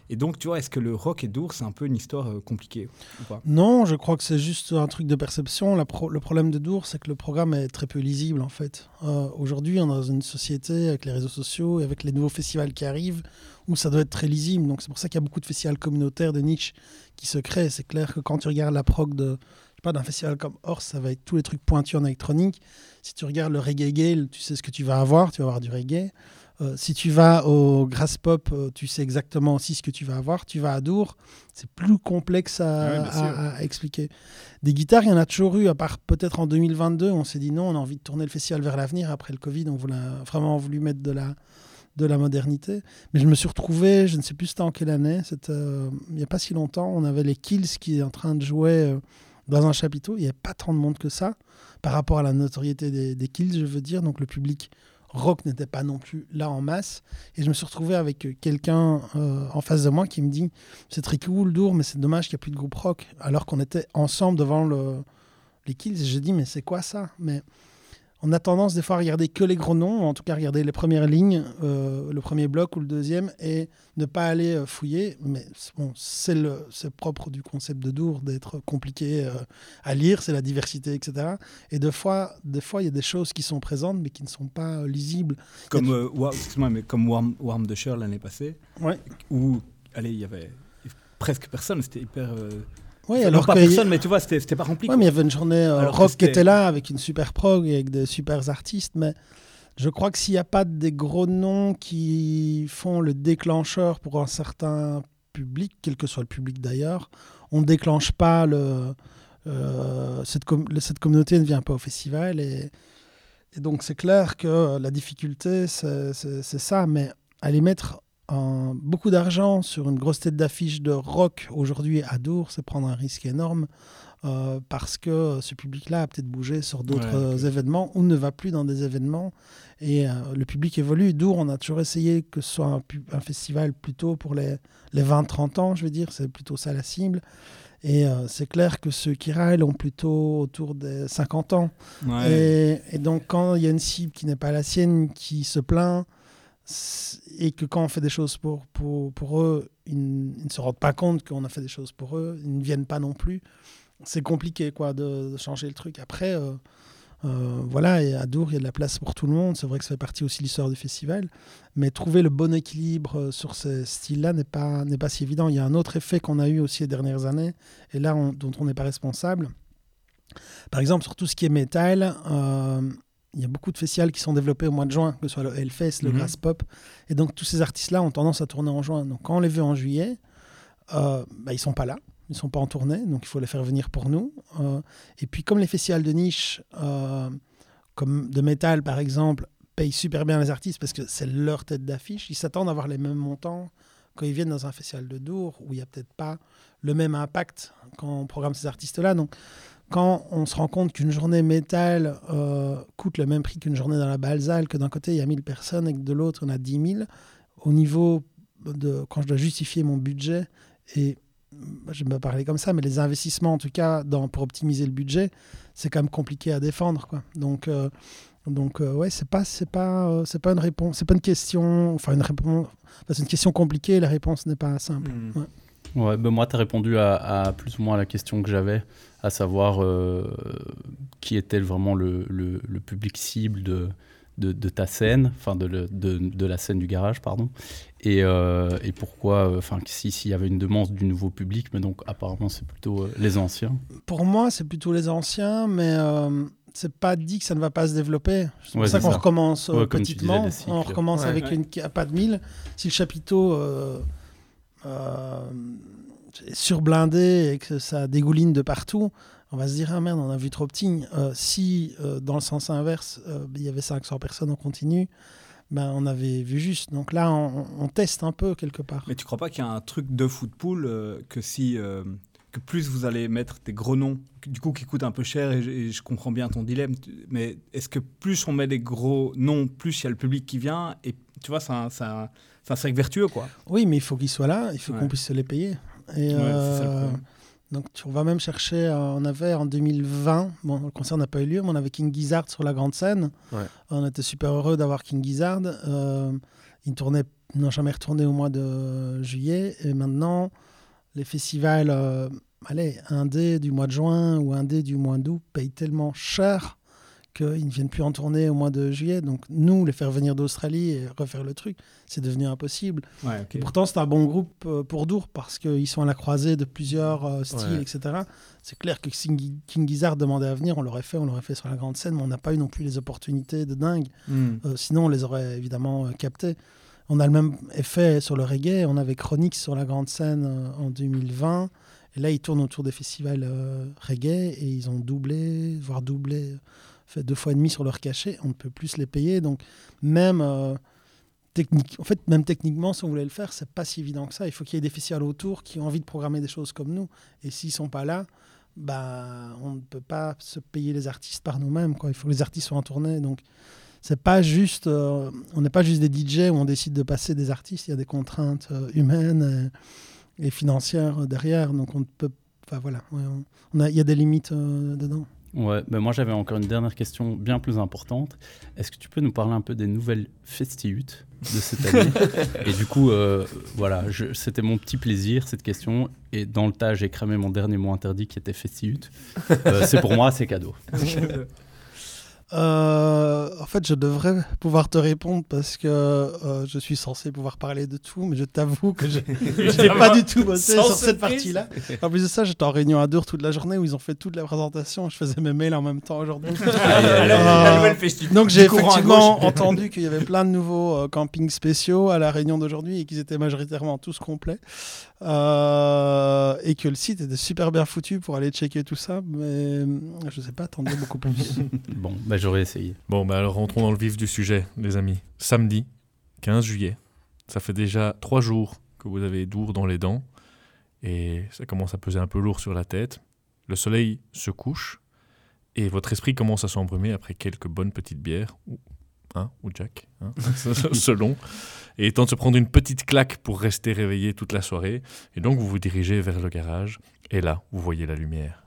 Et donc, tu vois, est-ce que le rock et Dour, c'est un peu une histoire euh, compliquée ou pas ? Non, je crois que c'est juste un truc de perception. La pro- le problème de Dour, c'est que le programme est très peu lisible, en fait. Euh, aujourd'hui, on est dans une société avec les réseaux sociaux et avec les nouveaux festivals qui arrivent où ça doit être très lisible. Donc, c'est pour ça qu'il y a beaucoup de festivals communautaires de niche qui se créent. C'est clair que quand tu regardes la prog de, je sais pas, d'un festival comme Horse, ça va être tous les trucs pointus en électronique. Si tu regardes le Reggae Gale, tu sais ce que tu vas avoir. Tu vas avoir du reggae. Euh, si tu vas au Grass Pop, euh, tu sais exactement aussi ce que tu vas avoir. Tu vas à Dour, c'est plus complexe à, Oui, à, à expliquer. Des guitares, il y en a toujours eu, à part peut-être en deux mille vingt-deux, on s'est dit non, on a envie de tourner le festival vers l'avenir. Après le Covid, on voulait vraiment voulu mettre de la, de la modernité. Mais je me suis retrouvé, je ne sais plus c'était en quelle année, c'était, euh, il n'y a pas si longtemps, on avait les Kills qui étaient en train de jouer euh, dans un chapiteau. Il n'y avait pas tant de monde que ça, par rapport à la notoriété des, des Kills, je veux dire. Donc le public rock n'était pas non plus là en masse. Et je me suis retrouvé avec quelqu'un euh, en face de moi qui me dit « C'est très cool, Dour, mais c'est dommage qu'il n'y a plus de groupe rock. » Alors qu'on était ensemble devant le, les Kills. Et j'ai dit « Mais c'est quoi ça ?» Mais on a tendance des fois à regarder que les gros noms, en tout cas regarder les premières lignes, euh, le premier bloc ou le deuxième, et ne pas aller euh, fouiller. Mais bon, c'est, le, c'est propre du concept de Dour d'être compliqué euh, à lire, c'est la diversité, et cetera. Et des fois, des fois, il y a des choses qui sont présentes, mais qui ne sont pas euh, lisibles. Comme, a... euh, wow, excuse-moi, mais comme Warm, Warm the Shore l'année passée, ouais. où allez, il y avait presque personne, c'était hyper... Euh... Oui, alors pas personne, mais tu vois, c'était, c'était pas rempli. Oui, mais il y avait une journée euh, rock qui était là avec une super prog et avec des super artistes. Mais je crois que s'il n'y a pas des gros noms qui font le déclencheur pour un certain public, quel que soit le public d'ailleurs, on ne déclenche pas le. Euh, cette, com- cette communauté ne vient pas au festival. Et, et donc, c'est clair que la difficulté, c'est, c'est, c'est ça. Mais aller mettre Un, beaucoup d'argent sur une grosse tête d'affiche de rock aujourd'hui à Dour, c'est prendre un risque énorme euh, parce que ce public-là a peut-être bougé sur d'autres ouais, okay. événements ou ne va plus dans des événements et euh, le public évolue. Dour, on a toujours essayé que ce soit un, un festival plutôt pour les, les vingt trente ans, je veux dire, c'est plutôt ça la cible. Et euh, c'est clair que ceux qui râlent ont plutôt autour des cinquante ans. Ouais. Et, et donc, quand il y a une cible qui n'est pas la sienne, qui se plaint, et que quand on fait des choses pour, pour, pour eux, ils, ils ne se rendent pas compte qu'on a fait des choses pour eux, ils ne viennent pas non plus. C'est compliqué quoi, de, de changer le truc. Après, euh, euh, voilà, et à Dour, il y a de la place pour tout le monde. C'est vrai que ça fait partie aussi de l'histoire du festival. Mais trouver le bon équilibre sur ces styles-là n'est pas, n'est pas si évident. Il y a un autre effet qu'on a eu aussi les dernières années, et là, on, dont on n'est pas responsable. Par exemple, sur tout ce qui est métal... Euh, il y a beaucoup de festivals qui sont développés au mois de juin, que ce soit le Hellfest, le mm-hmm. Grass Pop. Et donc, tous ces artistes-là ont tendance à tourner en juin. Donc, quand on les veut en juillet, euh, bah, ils ne sont pas là. Ils ne sont pas en tournée. Donc, il faut les faire venir pour nous. Euh, et puis, comme les festivals de niche, euh, comme de métal, par exemple, payent super bien les artistes parce que c'est leur tête d'affiche, ils s'attendent à avoir les mêmes montants quand ils viennent dans un festival de Dour où il n'y a peut-être pas le même impact quand on programme ces artistes-là. Donc, quand on se rend compte qu'une journée métal euh, coûte le même prix qu'une journée dans la Balzale, que d'un côté il y a mille personnes et que de l'autre on a dix mille, au niveau de quand je dois justifier mon budget, et je vais me parler comme ça, mais les investissements en tout cas dans, pour optimiser le budget, c'est quand même compliqué à défendre, quoi. Donc, euh, donc euh, ouais, c'est pas, c'est pas, euh, c'est pas une réponse, c'est pas une question, enfin une réponse, c'est une question compliquée, la réponse n'est pas simple. Mmh. Ouais. Ouais, ben moi, tu as répondu à, à plus ou moins à la question que j'avais, à savoir euh, qui était vraiment le, le, le public cible de, de, de ta scène, enfin de, de, de la scène du garage, pardon, et, euh, et pourquoi, enfin si, s'il y avait une demande du nouveau public, mais donc apparemment c'est plutôt euh, les anciens. Pour moi, c'est plutôt les anciens, mais euh, c'est pas dit que ça ne va pas se développer. C'est pour ouais, ça c'est qu'on ça. recommence euh, ouais, petitement, disais, on recommence ouais, avec ouais. une pas de mille. Si le chapiteau... Euh, Euh, surblindé et que ça dégouline de partout, on va se dire ah merde, on a vu trop petit. Euh, si euh, dans le sens inverse il euh, y avait cinq cents personnes en continu, ben on avait vu juste. Donc là on, on teste un peu quelque part. Mais tu crois pas qu'il y a un truc de football euh, que si euh, que plus vous allez mettre des gros noms du coup qui coûtent un peu cher, et je, et je comprends bien ton dilemme, mais est-ce que plus on met des gros noms, plus il y a le public qui vient, et tu vois, c'est un, c'est un, c'est un cercle vertueux, quoi. Oui, mais il faut qu'ils soient là, il faut ouais. qu'on puisse se les payer. Et ouais, euh, c'est ça le problème. Donc on va même chercher, euh, on avait en deux mille vingt, bon le concert n'a pas eu lieu, mais on avait King Gizzard sur la grande scène. Ouais. On était super heureux d'avoir King Gizzard. Euh, il tournait n'ont jamais retourné au mois de juillet. Et maintenant, les festivals, euh, allez, indé du mois de juin ou indé du mois d'août payent tellement cher qu'ils ne viennent plus en tournée au mois de juillet. Donc nous, les faire venir d'Australie et refaire le truc, c'est devenu impossible. Ouais, okay. Et pourtant, c'est un bon groupe euh, pour Dour parce qu'ils sont à la croisée de plusieurs euh, styles, Ouais. et cetera. C'est clair que si King Gizzard demandait à venir, on l'aurait fait, on l'aurait fait sur la grande scène, mais on n'a pas eu non plus les opportunités de dingue. Mm. Euh, sinon, on les aurait évidemment euh, captés. On a le même effet sur le reggae. On avait Chronix sur la grande scène euh, en deux mille vingt. Et là, ils tournent autour des festivals euh, reggae et ils ont doublé, voire doublé, fait deux fois et demi sur leur cachet. On ne peut plus les payer. Donc, même, euh, technique, en fait, même techniquement, si on voulait le faire, c'est pas si évident que ça. Il faut qu'il y ait des festivals autour qui ont envie de programmer des choses comme nous. Et s'ils ne sont pas là, bah, on ne peut pas se payer les artistes par nous-mêmes, quoi. Il faut que les artistes soient en tournée. Donc, c'est pas juste, euh, on n'est pas juste des D J où on décide de passer des artistes. Il y a des contraintes euh, humaines et, et financières euh, derrière. Donc, on ne peut, enfin voilà, ouais, on, on a, il y a des limites euh, dedans. Ouais, ben moi j'avais encore une dernière question bien plus importante. Est-ce que tu peux nous parler un peu des nouvelles festihutes de cette année? Et du coup, euh, voilà, je, c'était mon petit plaisir cette question. Et dans le tas, j'ai cramé mon dernier mot interdit qui était festihute. Euh, c'est pour moi, c'est cadeau. Euh, en fait, je devrais pouvoir te répondre parce que euh, je suis censé pouvoir parler de tout, mais je t'avoue que je n'ai pas du tout bossé sur cette partie-là. En plus de ça, j'étais en réunion à Dour toute la journée où ils ont fait toute la présentation. Je faisais mes mails en même temps aujourd'hui. euh, donc j'ai effectivement entendu qu'il y avait plein de nouveaux euh, campings spéciaux à la réunion d'aujourd'hui et qu'ils étaient majoritairement tous complets. Euh, et que le site était super bien foutu pour aller checker tout ça, mais je sais pas, attendez beaucoup plus. Bon, bah j'aurais essayé. Bon, bah alors rentrons dans le vif du sujet, les amis. Samedi, quinze juillet, ça fait déjà trois jours que vous avez Dour dans les dents et ça commence à peser un peu lourd sur la tête. Le soleil se couche et votre esprit commence à s'embrumer après quelques bonnes petites bières, ou, hein, ou Jack, hein, selon. Et il est temps de se prendre une petite claque pour rester réveillé toute la soirée. Et donc vous vous dirigez vers le garage et là, vous voyez la lumière.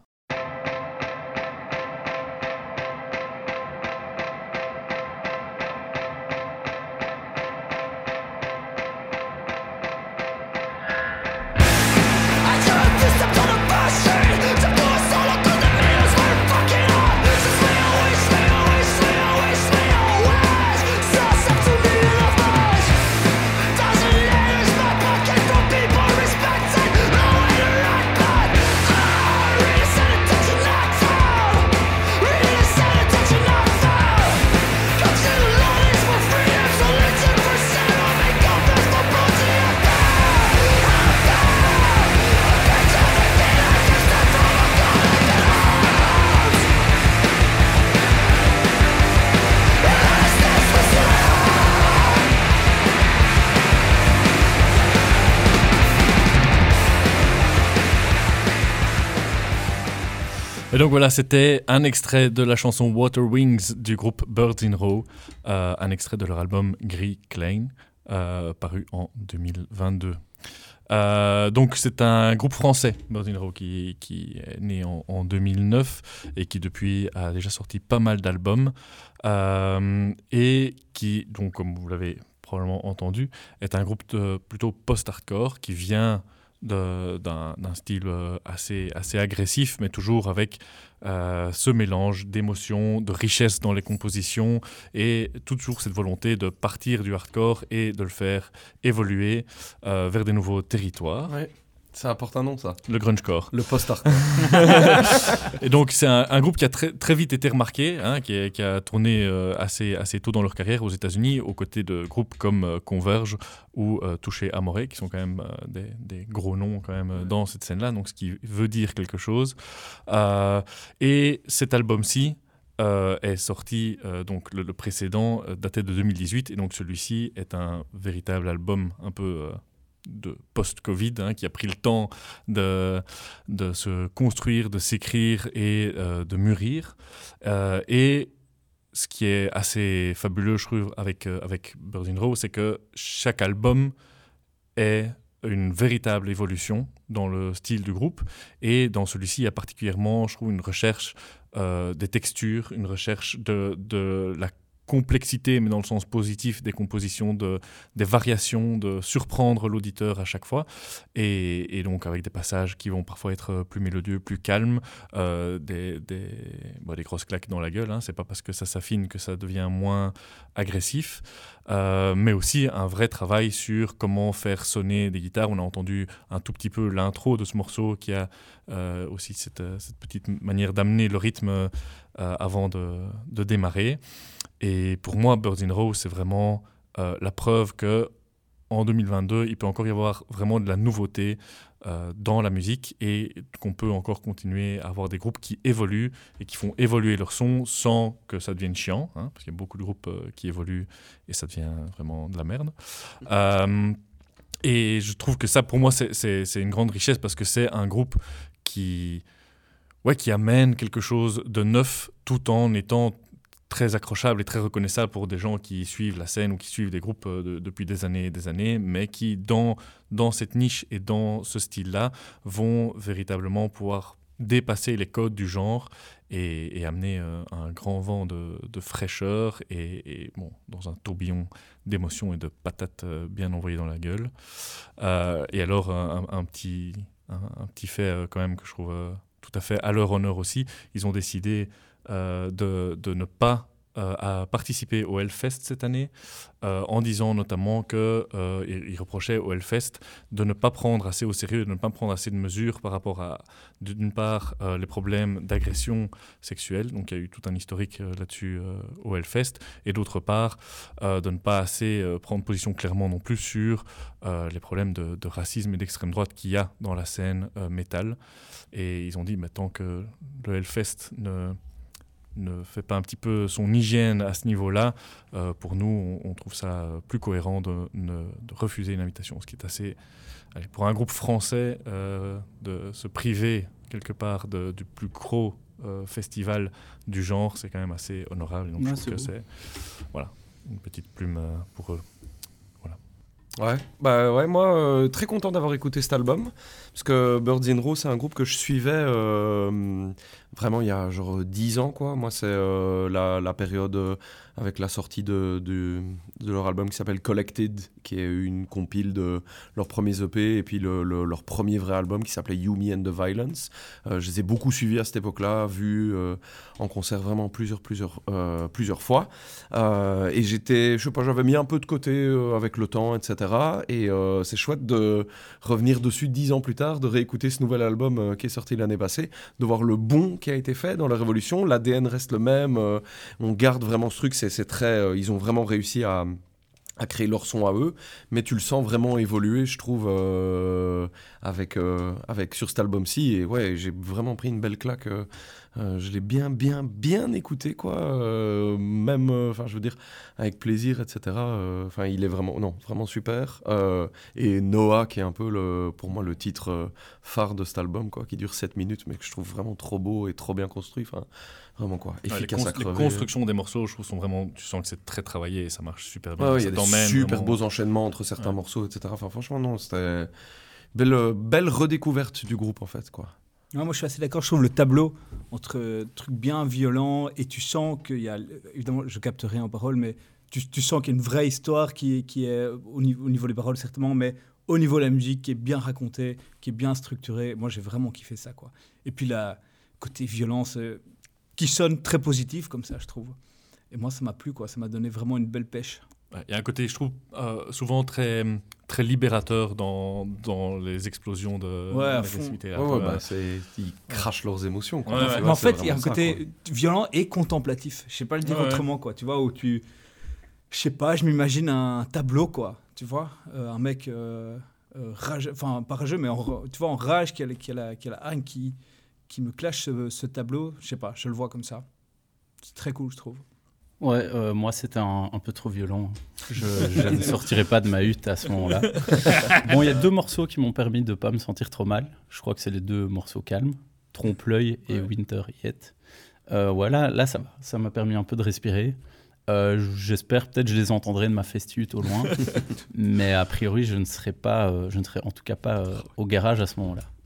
Et donc voilà, c'était un extrait de la chanson Water Wings du groupe Birds in Row, euh, un extrait de leur album Gris Klein, euh, paru en deux mille vingt-deux. Euh, donc c'est un groupe français, Birds in Row, qui, qui est né en, en deux mille neuf et qui depuis a déjà sorti pas mal d'albums euh, et qui, donc comme vous l'avez probablement entendu, est un groupe de, plutôt post-hardcore qui vient De, d'un, d'un style assez, assez agressif, mais toujours avec euh, ce mélange d'émotions, de richesse dans les compositions et toujours cette volonté de partir du hardcore et de le faire évoluer euh, vers des nouveaux territoires. Ouais. Ça apporte un nom, ça. Le grungecore. Le post-hardcore. Et donc, c'est un, un groupe qui a très, très vite été remarqué, hein, qui, est, qui a tourné euh, assez, assez tôt dans leur carrière aux États-Unis, aux côtés de groupes comme euh, Converge ou euh, Touché Amoré, qui sont quand même euh, des, des gros noms quand même, euh, dans cette scène-là, donc ce qui veut dire quelque chose. Euh, et cet album-ci euh, est sorti, euh, donc le, le précédent euh, datait de deux mille dix-huit, et donc celui-ci est un véritable album un peu... Euh, de post-Covid, hein, qui a pris le temps de, de se construire, de s'écrire et euh, de mûrir. Euh, et ce qui est assez fabuleux, je trouve, avec, euh, avec Birds in Row, c'est que chaque album est une véritable évolution dans le style du groupe. Et dans celui-ci, il y a particulièrement, je trouve, une recherche euh, des textures, une recherche de, de la complexité, mais dans le sens positif, des compositions, de, des variations, de surprendre l'auditeur à chaque fois, et, et donc avec des passages qui vont parfois être plus mélodieux, plus calmes, euh, des, des, bon, des grosses claques dans la gueule, hein, c'est pas parce que ça s'affine que ça devient moins agressif, euh, mais aussi un vrai travail sur comment faire sonner des guitares. On a entendu un tout petit peu l'intro de ce morceau qui a euh, aussi cette, cette petite manière d'amener le rythme euh, avant de, de démarrer. Et pour moi, Birds in Row, c'est vraiment euh, la preuve qu'en deux mille vingt-deux, il peut encore y avoir vraiment de la nouveauté euh, dans la musique et qu'on peut encore continuer à avoir des groupes qui évoluent et qui font évoluer leur son sans que ça devienne chiant, hein, parce qu'il y a beaucoup de groupes euh, qui évoluent et ça devient vraiment de la merde. Euh, et je trouve que ça, pour moi, c'est, c'est, c'est une grande richesse parce que c'est un groupe qui, ouais, qui amène quelque chose de neuf tout en étant très accrochable et très reconnaissable pour des gens qui suivent la scène ou qui suivent des groupes de, depuis des années et des années, mais qui, dans, dans cette niche et dans ce style-là, vont véritablement pouvoir dépasser les codes du genre et, et amener euh, un grand vent de, de fraîcheur et, et bon, dans un tourbillon d'émotions et de patates euh, bien envoyées dans la gueule. Euh, et alors, un, un, petit, un, un petit fait euh, quand même que je trouve euh, tout à fait à leur honneur aussi, ils ont décidé Euh, de, de ne pas euh, à participer au Hellfest cette année, euh, en disant notamment qu'ils euh, reprochaient au Hellfest de ne pas prendre assez au sérieux, de ne pas prendre assez de mesures par rapport à, d'une part, euh, les problèmes d'agression sexuelle, donc il y a eu tout un historique euh, là-dessus euh, au Hellfest, et d'autre part, euh, de ne pas assez euh, prendre position clairement non plus sur euh, les problèmes de, de racisme et d'extrême droite qu'il y a dans la scène euh, métal. Et ils ont dit, mais tant que le Hellfest ne... ne fait pas un petit peu son hygiène à ce niveau-là, euh, pour nous, on, on trouve ça plus cohérent de, de, de refuser une invitation, ce qui est assez... Allez, pour un groupe français, euh, de se priver quelque part de, du plus gros euh, festival du genre, c'est quand même assez honorable. Donc Ouais, je trouve que beau. c'est voilà, une petite plume euh, pour eux. Ouais, bah ouais, moi euh, très content d'avoir écouté cet album parce que Birds in Row c'est un groupe que je suivais euh, vraiment il y a genre dix ans quoi. Moi c'est euh, la, la période euh, avec la sortie de, de, de leur album qui s'appelle Collected, qui est une compile de leurs premiers E P et puis le, le, leur premier vrai album qui s'appelait You, Me and the Violence. Euh, je les ai beaucoup suivis à cette époque-là, vus euh, en concert vraiment plusieurs plusieurs euh, plusieurs fois. Euh, et j'étais, je sais pas, j'avais mis un peu de côté euh, avec le temps, et cetera. Et euh, c'est chouette de revenir dessus dix ans plus tard, de réécouter ce nouvel album euh, qui est sorti l'année passée, de voir le bond qui a été fait dans la révolution. L'A D N reste le même, euh, on garde vraiment ce truc, c'est, c'est très, euh, ils ont vraiment réussi à... à créer leur son à eux, mais tu le sens vraiment évoluer, je trouve, euh, avec, euh, avec, sur cet album-ci. Et ouais, j'ai vraiment pris une belle claque. Euh, euh, je l'ai bien, bien, bien écouté, quoi. Euh, même, enfin, euh, je veux dire, avec plaisir, et cetera. Enfin, euh, il est vraiment, non, vraiment super. Euh, et Noah, qui est un peu, le, pour moi, le titre euh, phare de cet album, quoi, qui dure sept minutes, mais que je trouve vraiment trop beau et trop bien construit. Enfin, vraiment, quoi, efficace ouais, les, à crever. les constructions des morceaux, je trouve, sont vraiment, tu sens que c'est très travaillé et ça marche super bien. Ouais, il y a des super vraiment... beaux enchaînements entre certains ouais. morceaux, et cetera. Enfin, franchement, non, c'était belle, belle redécouverte du groupe, en fait, quoi. Ouais, moi, je suis assez d'accord. Je trouve le tableau entre euh, trucs bien violents et tu sens qu'il y a... Évidemment, je capte rien en paroles, mais tu, tu sens qu'il y a une vraie histoire qui, qui est au niveau, au niveau des paroles, certainement, mais au niveau de la musique, qui est bien racontée, qui est bien structurée. Moi, j'ai vraiment kiffé ça, quoi. Et puis, le côté violence euh, qui sonne très positif, comme ça, je trouve. Et moi, ça m'a plu, quoi. Ça m'a donné vraiment une belle pêche. Il y a un côté, je trouve, euh, souvent très, très libérateur dans, dans les explosions de ouais, l'agressivité. Ouais, ouais, bah, c'est, ils crachent leurs émotions. Quoi. Ouais, ouais, mais ouais, en fait, il y a un ça, côté quoi. violent et contemplatif. Je sais pas le dire ouais, autrement, quoi. Tu vois, où tu... Je sais pas, je m'imagine un tableau, quoi. Tu vois, euh, un mec... Euh, euh, rage... Enfin, pas rageux, mais en, tu vois, en rage, qui a, qui a, la, qui a la haine, qui, qui me clash ce, ce tableau. Je sais pas, je le vois comme ça. C'est très cool, je trouve. Ouais, euh, moi c'était un, un peu trop violent. Je, je ne sortirai pas de ma hutte à ce moment-là. Bon, il y a deux morceaux qui m'ont permis de ne pas me sentir trop mal. Je crois que c'est les deux morceaux calmes, Trompe-l'œil et ouais. Winter Yet. Euh, voilà, là ça, ça m'a permis un peu de respirer. Euh, j'espère peut-être je les entendrai de ma festi-hutte au loin, mais a priori je ne serai pas, euh, je ne serai en tout cas pas euh, au garage à ce moment-là.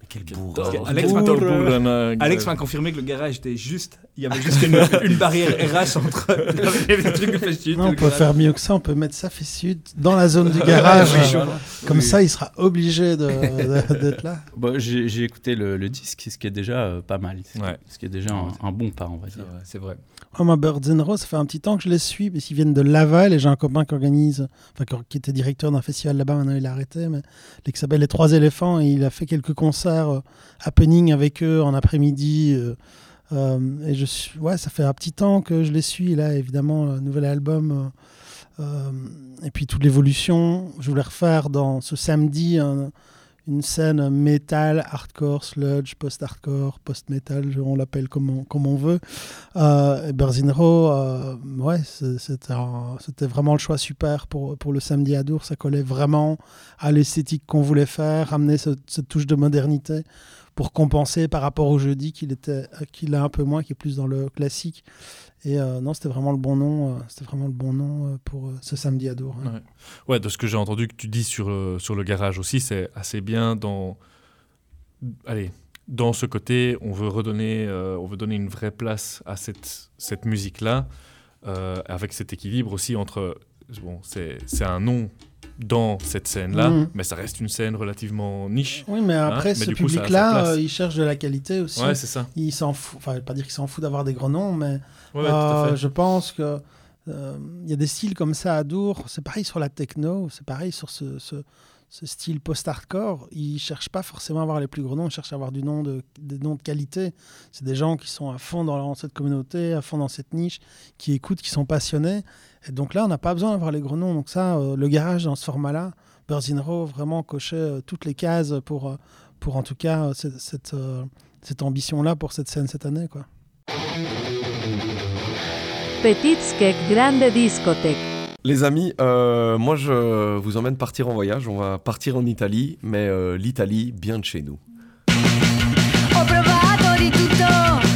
Quel Parce que bourrin. Alex m'a Bourre, euh, Alex m'a confirmé que le garage était juste. Il y avait juste une, une barrière R H entre les trucs de festival. Non, on peut faire mieux que ça, on peut mettre sa Sud dans la zone du garage. Ouais, euh, Comme Oui. ça, il sera obligé de- de- d'être là. Bon, j'ai, j'ai écouté le, le disque, ce qui est déjà euh, pas mal. Ce qui- Ouais. Ce qui est déjà un, un bon pas, on va dire. C'est vrai. Oh, ma Birds and Rose, ça fait un petit temps que je les suis, parce qu'ils viennent de Laval et j'ai un copain qui organise, enfin qui- qui était directeur d'un festival là-bas, maintenant il a arrêté, mais qui s'appelle Les Trois Éléphants, et il a fait quelques concerts euh, happening avec eux en après-midi. euh, euh, et je suis, ouais, ça fait un petit temps que je les suis. Là, évidemment, le nouvel album euh, euh, et puis toute l'évolution. Je voulais refaire dans ce samedi un- une scène métal, hardcore, sludge, post-hardcore, post-metal, on l'appelle comme on, comme on veut. Euh, et Berzinro, euh, ouais, c'est- c'était, un- c'était vraiment le choix super pour, pour le samedi à Dour. Ça collait vraiment à l'esthétique qu'on voulait faire, amener ce- cette touche de modernité pour compenser par rapport au jeudi qu'il était, qu'il a un peu moins, qui est plus dans le classique. Et euh, non, c'était vraiment le bon nom, euh, c'était vraiment le bon nom euh, pour euh, ce samedi à Dour. hein. Ouais. Ouais, de ce que j'ai entendu que tu dis sur, euh, sur le garage aussi, c'est assez bien dans... Allez, dans ce côté, on veut redonner, euh, on veut donner une vraie place à cette, cette musique-là, euh, avec cet équilibre aussi entre... Bon, c'est, c'est un nom dans cette scène-là, Mhm. mais ça reste une scène relativement niche. Oui, mais après, mais ce du coup, ça a sa public-là, place. euh, il cherche de la qualité aussi. Ouais, c'est ça. Il s'en fout, enfin, pas dire qu'il s'en fout d'avoir des gros noms, mais Ouais, ouais, tout à euh, fait. je pense que euh, il y a des styles comme ça à Dour. C'est pareil sur la techno, c'est pareil sur ce, ce, ce style post-hardcore. Ils cherchent pas forcément à avoir les plus gros noms, ils cherchent à avoir du nom de, des noms de qualité. C'est des gens qui sont à fond dans, dans cette communauté, à fond dans cette niche, qui écoutent, qui sont passionnés. Et donc là, on n'a pas besoin d'avoir les gros noms. Donc ça, euh, le garage dans ce format-là, Berzinro vraiment cochait euh, toutes les cases pour, euh, pour en tout cas euh, cette, cette, euh, cette ambition-là pour cette scène cette année, quoi. Petite Skek Grande Discothèque. Les amis, euh, moi je vous emmène partir en voyage. On va partir en Italie, mais euh, l'Italie bien de chez nous. Ho provato di tutto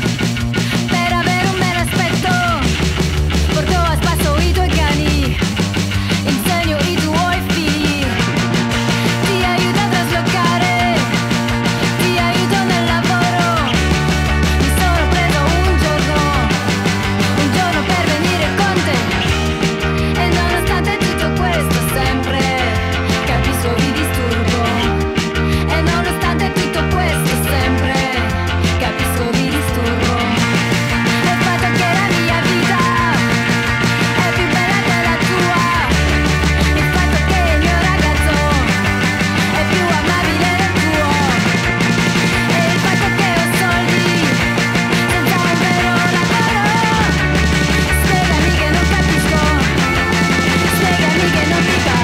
per avere un bel aspetto. Porto a spasso i tuoi cani, insegno i tuoi figli. Ti aiuto a traslocare, ti aiuto nel lavoro. Mi sono preso un giorno, un giorno per venire con te. E nonostante tutto questo sempre capisco vi disturbo. E nonostante tutto questo sempre capisco vi disturbo. E il fatto che la mia vita è più bella della tua. Il fatto che il mio ragazzo è più amabile del tuo. E il fatto che ho soldi senza un vero lavoro. Spiegami che non capisco, spiegami che non mi va.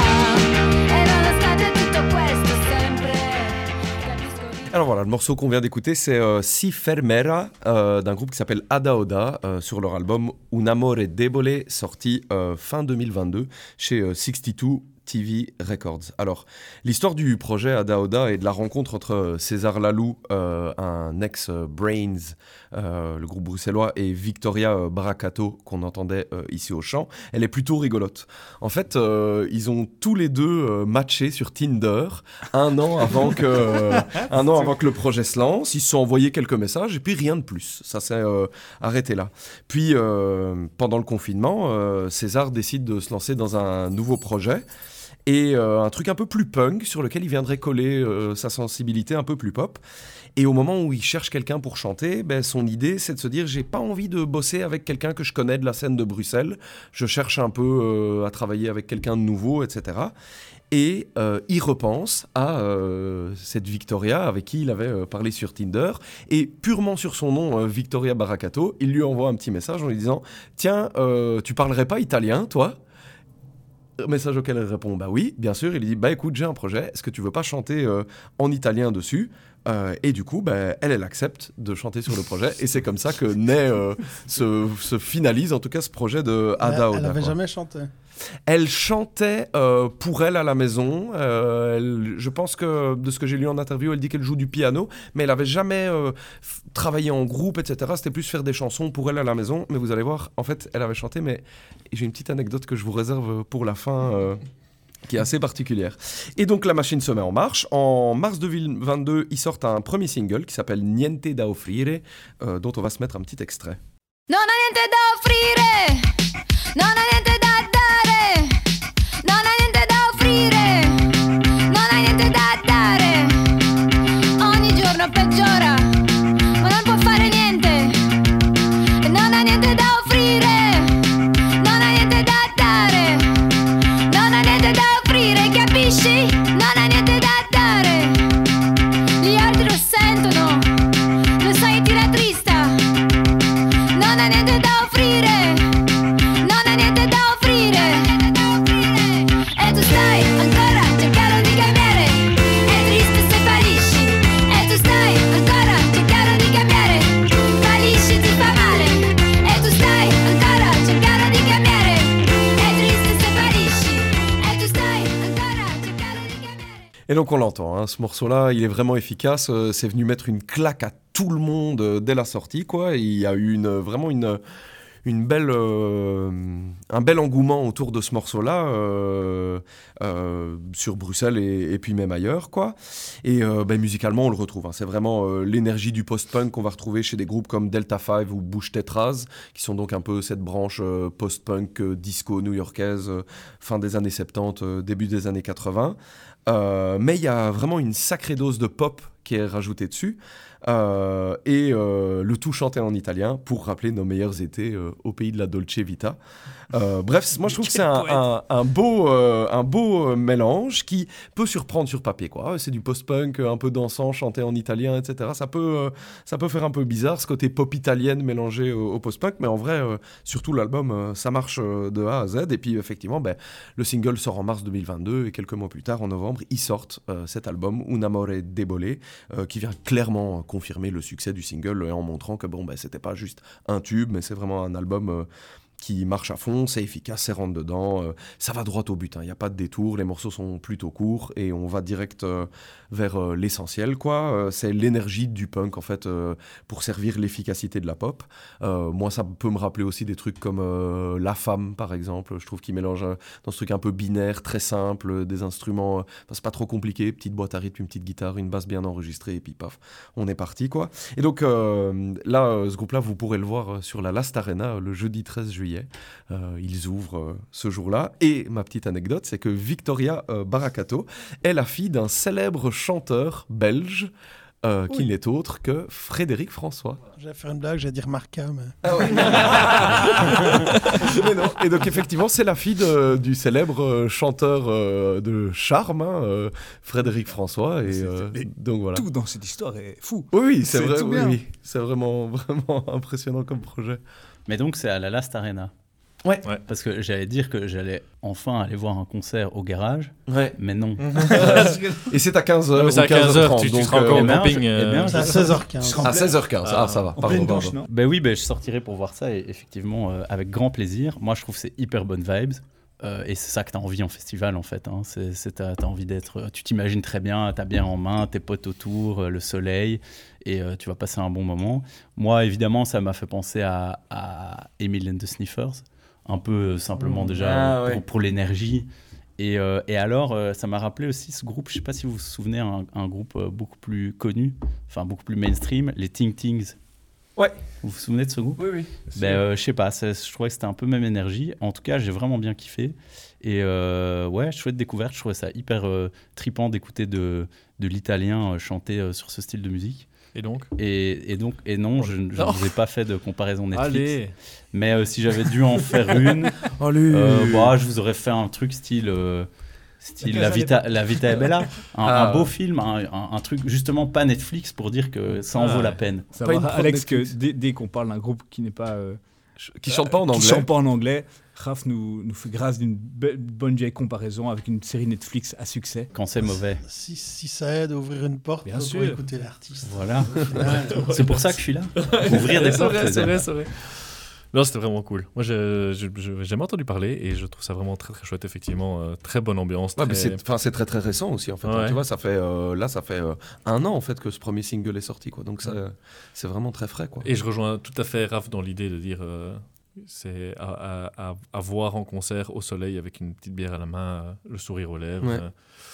E nonostante tutto questo sempre capisco vi Alors voilà, le morceau qu'on vient d'écouter, c'est euh, Si Fermera, euh, d'un groupe qui s'appelle Ada Oda, euh, sur leur album Un Amore Debole, sorti euh, fin deux mille vingt-deux chez euh, soixante-deux T V Records. Alors, l'histoire du projet Ada Oda et de la rencontre entre euh, César Laloux, euh, un ex-Brains, euh, le groupe bruxellois, et Victoria euh, Baracato, qu'on entendait euh, ici au chant, elle est plutôt rigolote. En fait, euh, ils ont tous les deux euh, matché sur Tinder un an avant que, euh, un an avant que le projet se lance. Ils se sont envoyés quelques messages et puis rien de plus. Ça s'est euh, arrêté là. Puis, euh, pendant le confinement, euh, César décide de se lancer dans un nouveau projet. Et euh, un truc un peu plus punk sur lequel il viendrait coller euh, sa sensibilité un peu plus pop. Et au moment où il cherche quelqu'un pour chanter, ben, son idée c'est de se dire j'ai pas envie de bosser avec quelqu'un que je connais de la scène de Bruxelles. Je cherche un peu euh, à travailler avec quelqu'un de nouveau, et cetera. Et euh, il repense à euh, cette Victoria avec qui il avait euh, parlé sur Tinder. Et purement sur son nom, euh, Victoria Baracato, il lui envoie un petit message en lui disant « Tiens, euh, tu parlerais pas italien, toi ?» Message auquel elle répond bah oui, bien sûr. Il lui dit bah écoute, j'ai un projet, est-ce que tu veux pas chanter euh, en italien dessus euh, Et du coup, bah, elle, elle accepte de chanter sur le projet. Et c'est comme ça que naît, euh, se, se finalise en tout cas ce projet de Ada Oda. Elle n'avait quoi. jamais chanté. Elle chantait euh, pour elle à la maison. Euh, elle, je pense que de ce que j'ai lu en interview, elle dit qu'elle joue du piano, mais elle n'avait jamais euh, f- travaillé en groupe, et cetera. C'était plus faire des chansons pour elle à la maison. Mais vous allez voir, en fait, elle avait chanté, mais j'ai une petite anecdote que je vous réserve pour la fin. Euh, qui est assez particulière. Et donc la machine se met en marche. En mars deux mille vingt-deux, ils sortent un premier single qui s'appelle Niente da offrire, euh, dont on va se mettre un petit extrait. Non ho niente da offrire, non ho niente da dare, non ho niente da offrire, non ho niente da dare. Ogni giorno peggiora, ma non può fare niente. E non ho niente da offrire, non ho niente da dare, non ho niente da offrire, capisci? Non ho niente da dare. Gli altri lo sentono, lo sai ti rattrista. Non ha niente da offrire, non ha niente da offrire. E tu stai ancora cercando di cambiare, è triste se fallisci. E tu stai ancora cercando di cambiare, fallisci ti fa male. E tu stai ancora cercando di cambiare, è triste se fallisci. E tu stai ancora cercando di cambiare. Et donc on l'entend, hein, ce morceau-là, il est vraiment efficace. euh, C'est venu mettre une claque à tout le monde euh, dès la sortie, quoi. Il y a eu une, vraiment une, une belle, euh, un bel engouement autour de ce morceau-là euh, euh, sur Bruxelles et, et puis même ailleurs, quoi. Et euh, ben, musicalement, on le retrouve. Hein. C'est vraiment euh, l'énergie du post-punk qu'on va retrouver chez des groupes comme Delta Five ou Bush Tetras, qui sont donc un peu cette branche euh, post-punk euh, disco new-yorkaise euh, fin des années soixante-dix, euh, début des années quatre-vingts. Euh, mais il y a vraiment une sacrée dose de pop qui est rajoutée dessus. Euh, et euh, le tout chanté en italien pour rappeler nos meilleurs étés euh, au pays de la Dolce Vita. Euh, bref, moi je trouve que c'est un, un, un beau, euh, un beau euh, mélange qui peut surprendre sur papier, quoi. C'est du post-punk euh, un peu dansant, chanté en italien, et cetera. Ça peut, euh, ça peut faire un peu bizarre, ce côté pop italienne mélangé au, au post-punk, mais en vrai, euh, surtout l'album, euh, ça marche euh, de A à Z. Et puis effectivement, ben, le single sort en mars deux mille vingt-deux et quelques mois plus tard, en novembre, ils sortent euh, cet album, Un amore debole, euh, qui vient clairement confirmer le succès du single euh, en montrant que bon, ben, c'était pas juste un tube, mais c'est vraiment un album euh, qui marche à fond, c'est efficace, c'est rentre dedans, euh, ça va droit au but, il hein, n'y a pas de détour, les morceaux sont plutôt courts et on va direct euh, vers euh, l'essentiel, quoi. Euh, c'est l'énergie du punk en fait euh, pour servir l'efficacité de la pop. Euh, moi ça peut me rappeler aussi des trucs comme euh, La Femme par exemple, je trouve qu'il mélange euh, dans ce truc un peu binaire, très simple, euh, des instruments, euh, c'est pas trop compliqué, petite boîte à rythme, une petite guitare, une basse bien enregistrée et puis paf, on est parti, quoi. Et donc euh, là, euh, ce groupe-là, vous pourrez le voir euh, sur la Last Arena euh, le jeudi treize juillet. Euh, ils ouvrent euh, ce jour-là. Et ma petite anecdote, c'est que Victoria euh, Baracato est la fille d'un célèbre chanteur belge euh, Oui. qui n'est autre que Frédéric François. J'allais faire une blague, j'allais dire Marca, mais... Ah ouais. Mais non. Et donc effectivement, c'est la fille de- du célèbre euh, chanteur euh, de charme, hein, euh, Frédéric François. Et euh, Mais donc voilà. Tout dans cette histoire est fou. Oui, oui, c'est C'est vrai. tout Oui, bien. oui. C'est vraiment, vraiment impressionnant comme projet. Mais donc, c'est à la Last Arena. Ouais. Ouais. Parce que j'allais dire que j'allais enfin aller voir un concert au garage, Ouais. mais non. Et c'est à quinze heures Non, mais c'est ou à quinze heures, quinze heures trente. tu, tu donc, seras euh, encore eh au bien, camping. je- eh euh, bien, C'est à seize heures quinze. à seize heures quinze. Ah, ça va. En Pardon, pleine pardon. douche, non Ben oui, ben je sortirai pour voir ça, et effectivement, euh, avec grand plaisir. Moi, je trouve que c'est hyper bonnes vibes. euh, et c'est ça que tu as envie en festival, en fait. Hein. C'est, c'est, t'as, t'as envie d'être. Tu t'imagines très bien, ta bière en main, tes potes autour, euh, le soleil, et euh, tu vas passer un bon moment. Moi, évidemment, ça m'a fait penser à, à Emil and the Sniffers, un peu euh, simplement déjà Ah, euh, ouais. pour, pour l'énergie. Et, euh, et alors, euh, ça m'a rappelé aussi ce groupe, je ne sais pas si vous vous souvenez, un, un groupe euh, beaucoup plus connu, enfin beaucoup plus mainstream, les Ting Tings. Ouais. Vous vous souvenez de ce groupe? Oui, oui. Ben, euh, je sais pas, c'est- je trouvais que c'était un peu même énergie. En tout cas, j'ai vraiment bien kiffé. Et euh, ouais, chouette découverte. Je trouvais ça hyper euh, trippant d'écouter de, de l'italien euh, chanter euh, sur ce style de musique. Et donc Et, et donc, et non, je ne Non. vous ai pas fait de comparaison Netflix. Allez. Mais euh, si j'avais dû en faire une, Allez. euh, bah, je vous aurais fait un truc style. euh, Style La la Casa Vita, de- la Vita est Bella, un, Ah. un beau film, un, un- un truc justement pas Netflix pour dire que ça en Ah vaut ouais. la peine. Ça Pas va, une prod Alex, que Netflix. dès, dès qu'on parle d'un groupe qui n'est pas... euh, Qui chante pas en qui anglais. chante pas en anglais, Raph nous, nous fait grâce d'une be- bonne vieille comparaison avec une série Netflix à succès. Quand c'est mauvais. Si, si ça aide à ouvrir une porte Bien pour sûr. écouter l'artiste. Voilà. Ouais. C'est pour ça que je suis là. Ouvrir des C'est portes. vrai, les c'est amis. vrai, c'est vrai. Non, c'était vraiment cool. Moi, je- je- je- j'ai jamais entendu parler et je trouve ça vraiment très très chouette, effectivement. Euh, très bonne ambiance. Ouais, mais très- c'est, enfin, c'est très très récent aussi en fait. Ouais. Tu vois, ça fait euh, là, ça fait euh, un an en fait que ce premier single est sorti, quoi. Donc ça, euh, c'est vraiment très frais, quoi. Et je rejoins tout à fait Raph dans l'idée de dire euh, c'est à, à, à voir en concert au soleil avec une petite bière à la main, euh, le sourire aux lèvres. Ouais. Euh,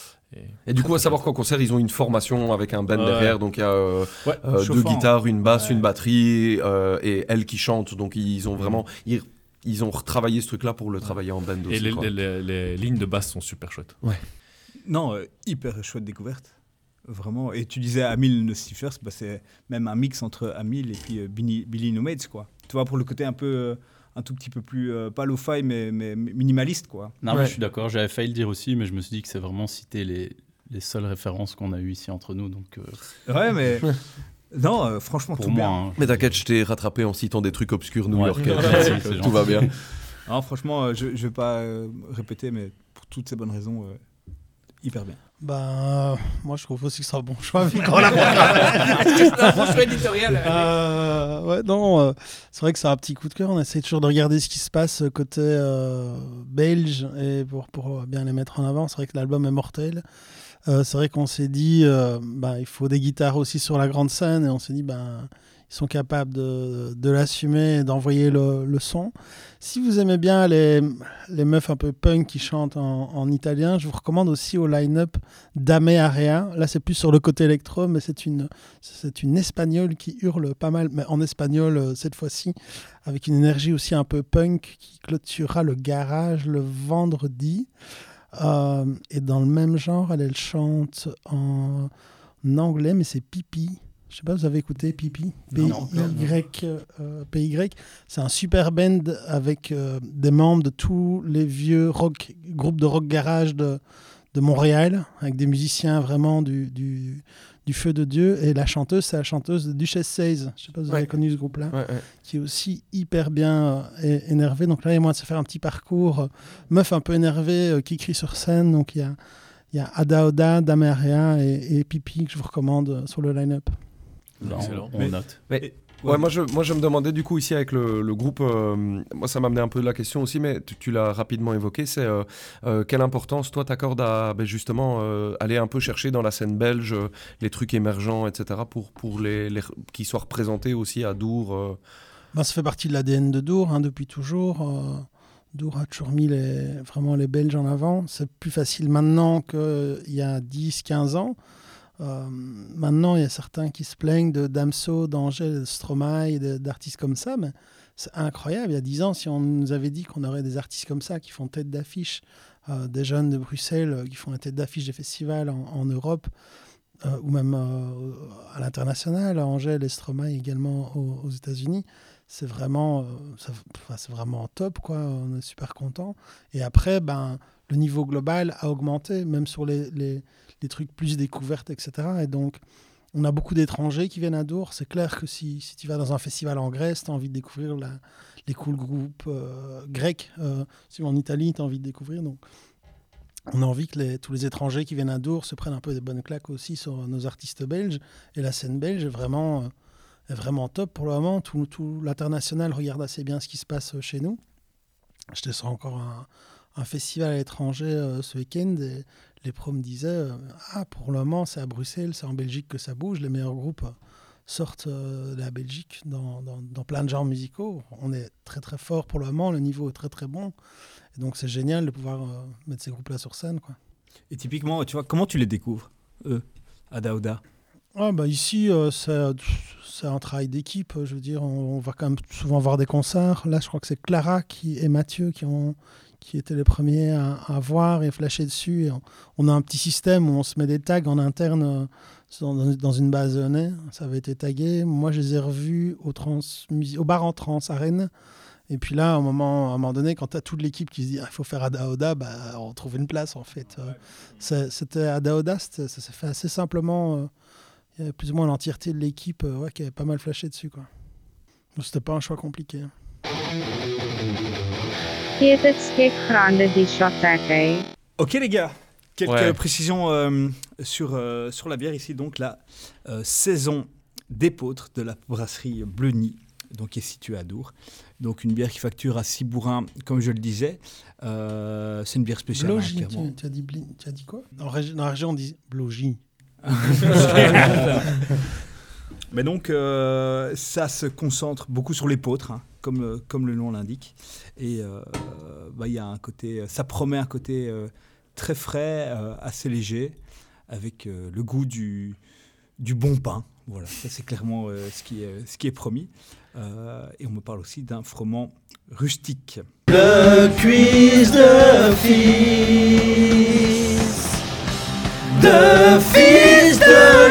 Et, et du coup, à savoir qu'en concert, ils ont une formation avec un band ouais. derrière. Donc, il y a euh, ouais, euh, deux guitares, une basse, ouais. une batterie euh, et elle qui chante. Donc, ils ont vraiment... Ils, ils ont retravaillé ce truc-là pour le travailler en band aussi. Et les, quoi. les, les, les lignes de basse sont super chouettes. Ouais. Non, euh, hyper chouette découverte. Vraiment. Et tu disais Amil Nocifers, bah, c'est même un mix entre Amil et puis euh, Billy, Billy Nomads, quoi. Tu vois, pour le côté un peu... Euh, un tout petit peu plus, euh, pas lo-fi, mais, mais minimaliste, quoi. Non, ouais. mais je suis d'accord, j'avais failli le dire aussi, mais je me suis dit que c'est vraiment citer les, les seules références qu'on a eues ici entre nous, donc... Euh... Ouais, mais... non, euh, franchement, pour tout moi, bien. Hein. Mais t'inquiète, je t'ai rattrapé en citant des trucs obscurs new-yorkais. Ouais. Merci, c'est tout va bien. Non, franchement, euh, je ne vais pas euh, répéter, mais pour toutes ces bonnes raisons, euh, hyper bien. Ben, euh, moi, je trouve aussi que c'est un bon choix, vu qu'on l'a programmé. Est-ce que c'est un bon choix éditorial euh, Ouais, non, euh, c'est vrai que c'est un petit coup de cœur. On essaie toujours de regarder ce qui se passe côté euh, belge et pour, pour bien les mettre en avant. C'est vrai que l'album est mortel. Euh, c'est vrai qu'on s'est dit, euh, bah, il faut des guitares aussi sur la grande scène, et on s'est dit, ben, ils sont capables de, de l'assumer et d'envoyer le, le son. Si vous aimez bien les, les meufs un peu punk qui chantent en, en italien, je vous recommande aussi au line-up Dame Area. Là, c'est plus sur le côté électro, mais c'est une, c'est une espagnole qui hurle pas mal, mais en espagnol euh, cette fois-ci, avec une énergie aussi un peu punk qui clôturera le garage le vendredi. Euh, et dans le même genre, elle, elle chante en, en anglais, mais c'est Pipi. Je sais pas, vous avez écouté Pipi? P Y, euh, P Y. C'est un super band avec euh, des membres de tous les vieux rock, groupes de rock garage de, de Montréal, avec des musiciens vraiment du, du, du feu de Dieu. Et la chanteuse, c'est la chanteuse de Duchesse seize. Je sais pas si vous ouais. avez connu ce groupe-là, ouais, ouais. qui est aussi hyper bien euh, énervé. Donc là, il y a moyen de se faire un petit parcours. Euh, meuf un peu énervée euh, qui crie sur scène. Donc il y a, il y a Ada Oda, Dame Area et, et Pipi que je vous recommande euh, sur le line-up. Là, Excellent. on, on Mais, note. Mais, ouais, ouais. Moi, je, moi, je me demandais du coup ici avec le, le groupe, euh, moi ça m'a amené un peu de la question aussi, mais tu, tu l'as rapidement évoqué, c'est euh, euh, quelle importance toi t'accordes à ben, justement euh, aller un peu chercher dans la scène belge euh, les trucs émergents, et cetera pour, pour les, les, qu'ils soient représentés aussi à Dour euh... ben, ça fait partie de l'A D N de Dour hein, depuis toujours. Euh, Dour a toujours mis les, vraiment les Belges en avant. C'est plus facile maintenant qu'il y a dix quinze ans. Euh, maintenant, il y a certains qui se plaignent de Damso, d'Angèle, de Stromae, de, d'artistes comme ça, mais c'est incroyable. Il y a dix ans, si on nous avait dit qu'on aurait des artistes comme ça qui font tête d'affiche, euh, des jeunes de Bruxelles euh, qui font la tête d'affiche des festivals en, en Europe, euh, ou même euh, à l'international, Angèle et Stromae également aux, aux États-Unis, c'est vraiment, euh, ça, enfin, c'est vraiment top, quoi. On est super contents. Et après, ben, le niveau global a augmenté, même sur les, les des trucs plus découvertes, et cetera. Et donc, on a beaucoup d'étrangers qui viennent à Dour. C'est clair que si, si tu vas dans un festival en Grèce, tu as envie de découvrir la, les cool groupes euh, grecs. Euh, si tu vas en Italie, tu as envie de découvrir. Donc, on a envie que les, tous les étrangers qui viennent à Dour se prennent un peu des bonnes claques aussi sur nos artistes belges. Et la scène belge est vraiment, euh, est vraiment top pour le moment. Tout, tout l'international regarde assez bien ce qui se passe chez nous. Je te sens encore un, un festival à l'étranger euh, ce week-end et les pros me disaient euh, ah, pour le moment, c'est à Bruxelles, c'est en Belgique que ça bouge. Les meilleurs groupes euh, sortent euh, de la Belgique dans, dans, dans plein de genres musicaux. On est très très fort pour le moment, le niveau est très très bon. Et donc c'est génial de pouvoir euh, mettre ces groupes-là sur scène, quoi. Et typiquement, tu vois, comment tu les découvres, eux, Ada Oda? Ah, bah ici, euh, c'est, c'est un travail d'équipe. Je veux dire, on, on va quand même souvent voir des concerts. Là, je crois que c'est Clara qui, et Mathieu qui ont... qui étaient les premiers à, à voir et flasher dessus. Et on, on a un petit système où on se met des tags en interne euh, dans, dans une base de données. Ça avait été tagué. Moi, je les ai revus au, trans, au bar en trans à Rennes. Et puis là, à un moment, à un moment donné, quand tu as toute l'équipe qui se dit ah, « il faut faire Ada Oda », bah, on trouve une place en fait. Ouais. C'est, c'était Ada Oda, c'était, ça s'est fait assez simplement. Euh, il y avait plus ou moins l'entièreté de l'équipe euh, ouais, qui avait pas mal flashé dessus, quoi. Donc, c'était pas un choix compliqué. Ok les gars, quelques ouais. précisions euh, sur, euh, sur la bière ici. Donc la euh, saison d'épeautre de la brasserie Bleuny, donc qui est située à Dour. Donc une bière qui facture à six bourrins, comme je le disais. Euh, c'est une bière spéciale. Blogy, hein, tu, tu, as dit bli, tu as dit quoi? Dans la région, dans la région on dit Blogy. Mais donc euh, ça se concentre beaucoup sur l'épeautre, hein. comme, euh, comme le nom l'indique. Et euh, bah, y a un côté, ça promet un côté euh, très frais, euh, assez léger, avec euh, le goût du, du bon pain. Voilà, ça c'est clairement euh, ce, qui est, ce qui est promis. Euh, et on me parle aussi d'un froment rustique. Le quiz de fils de fils de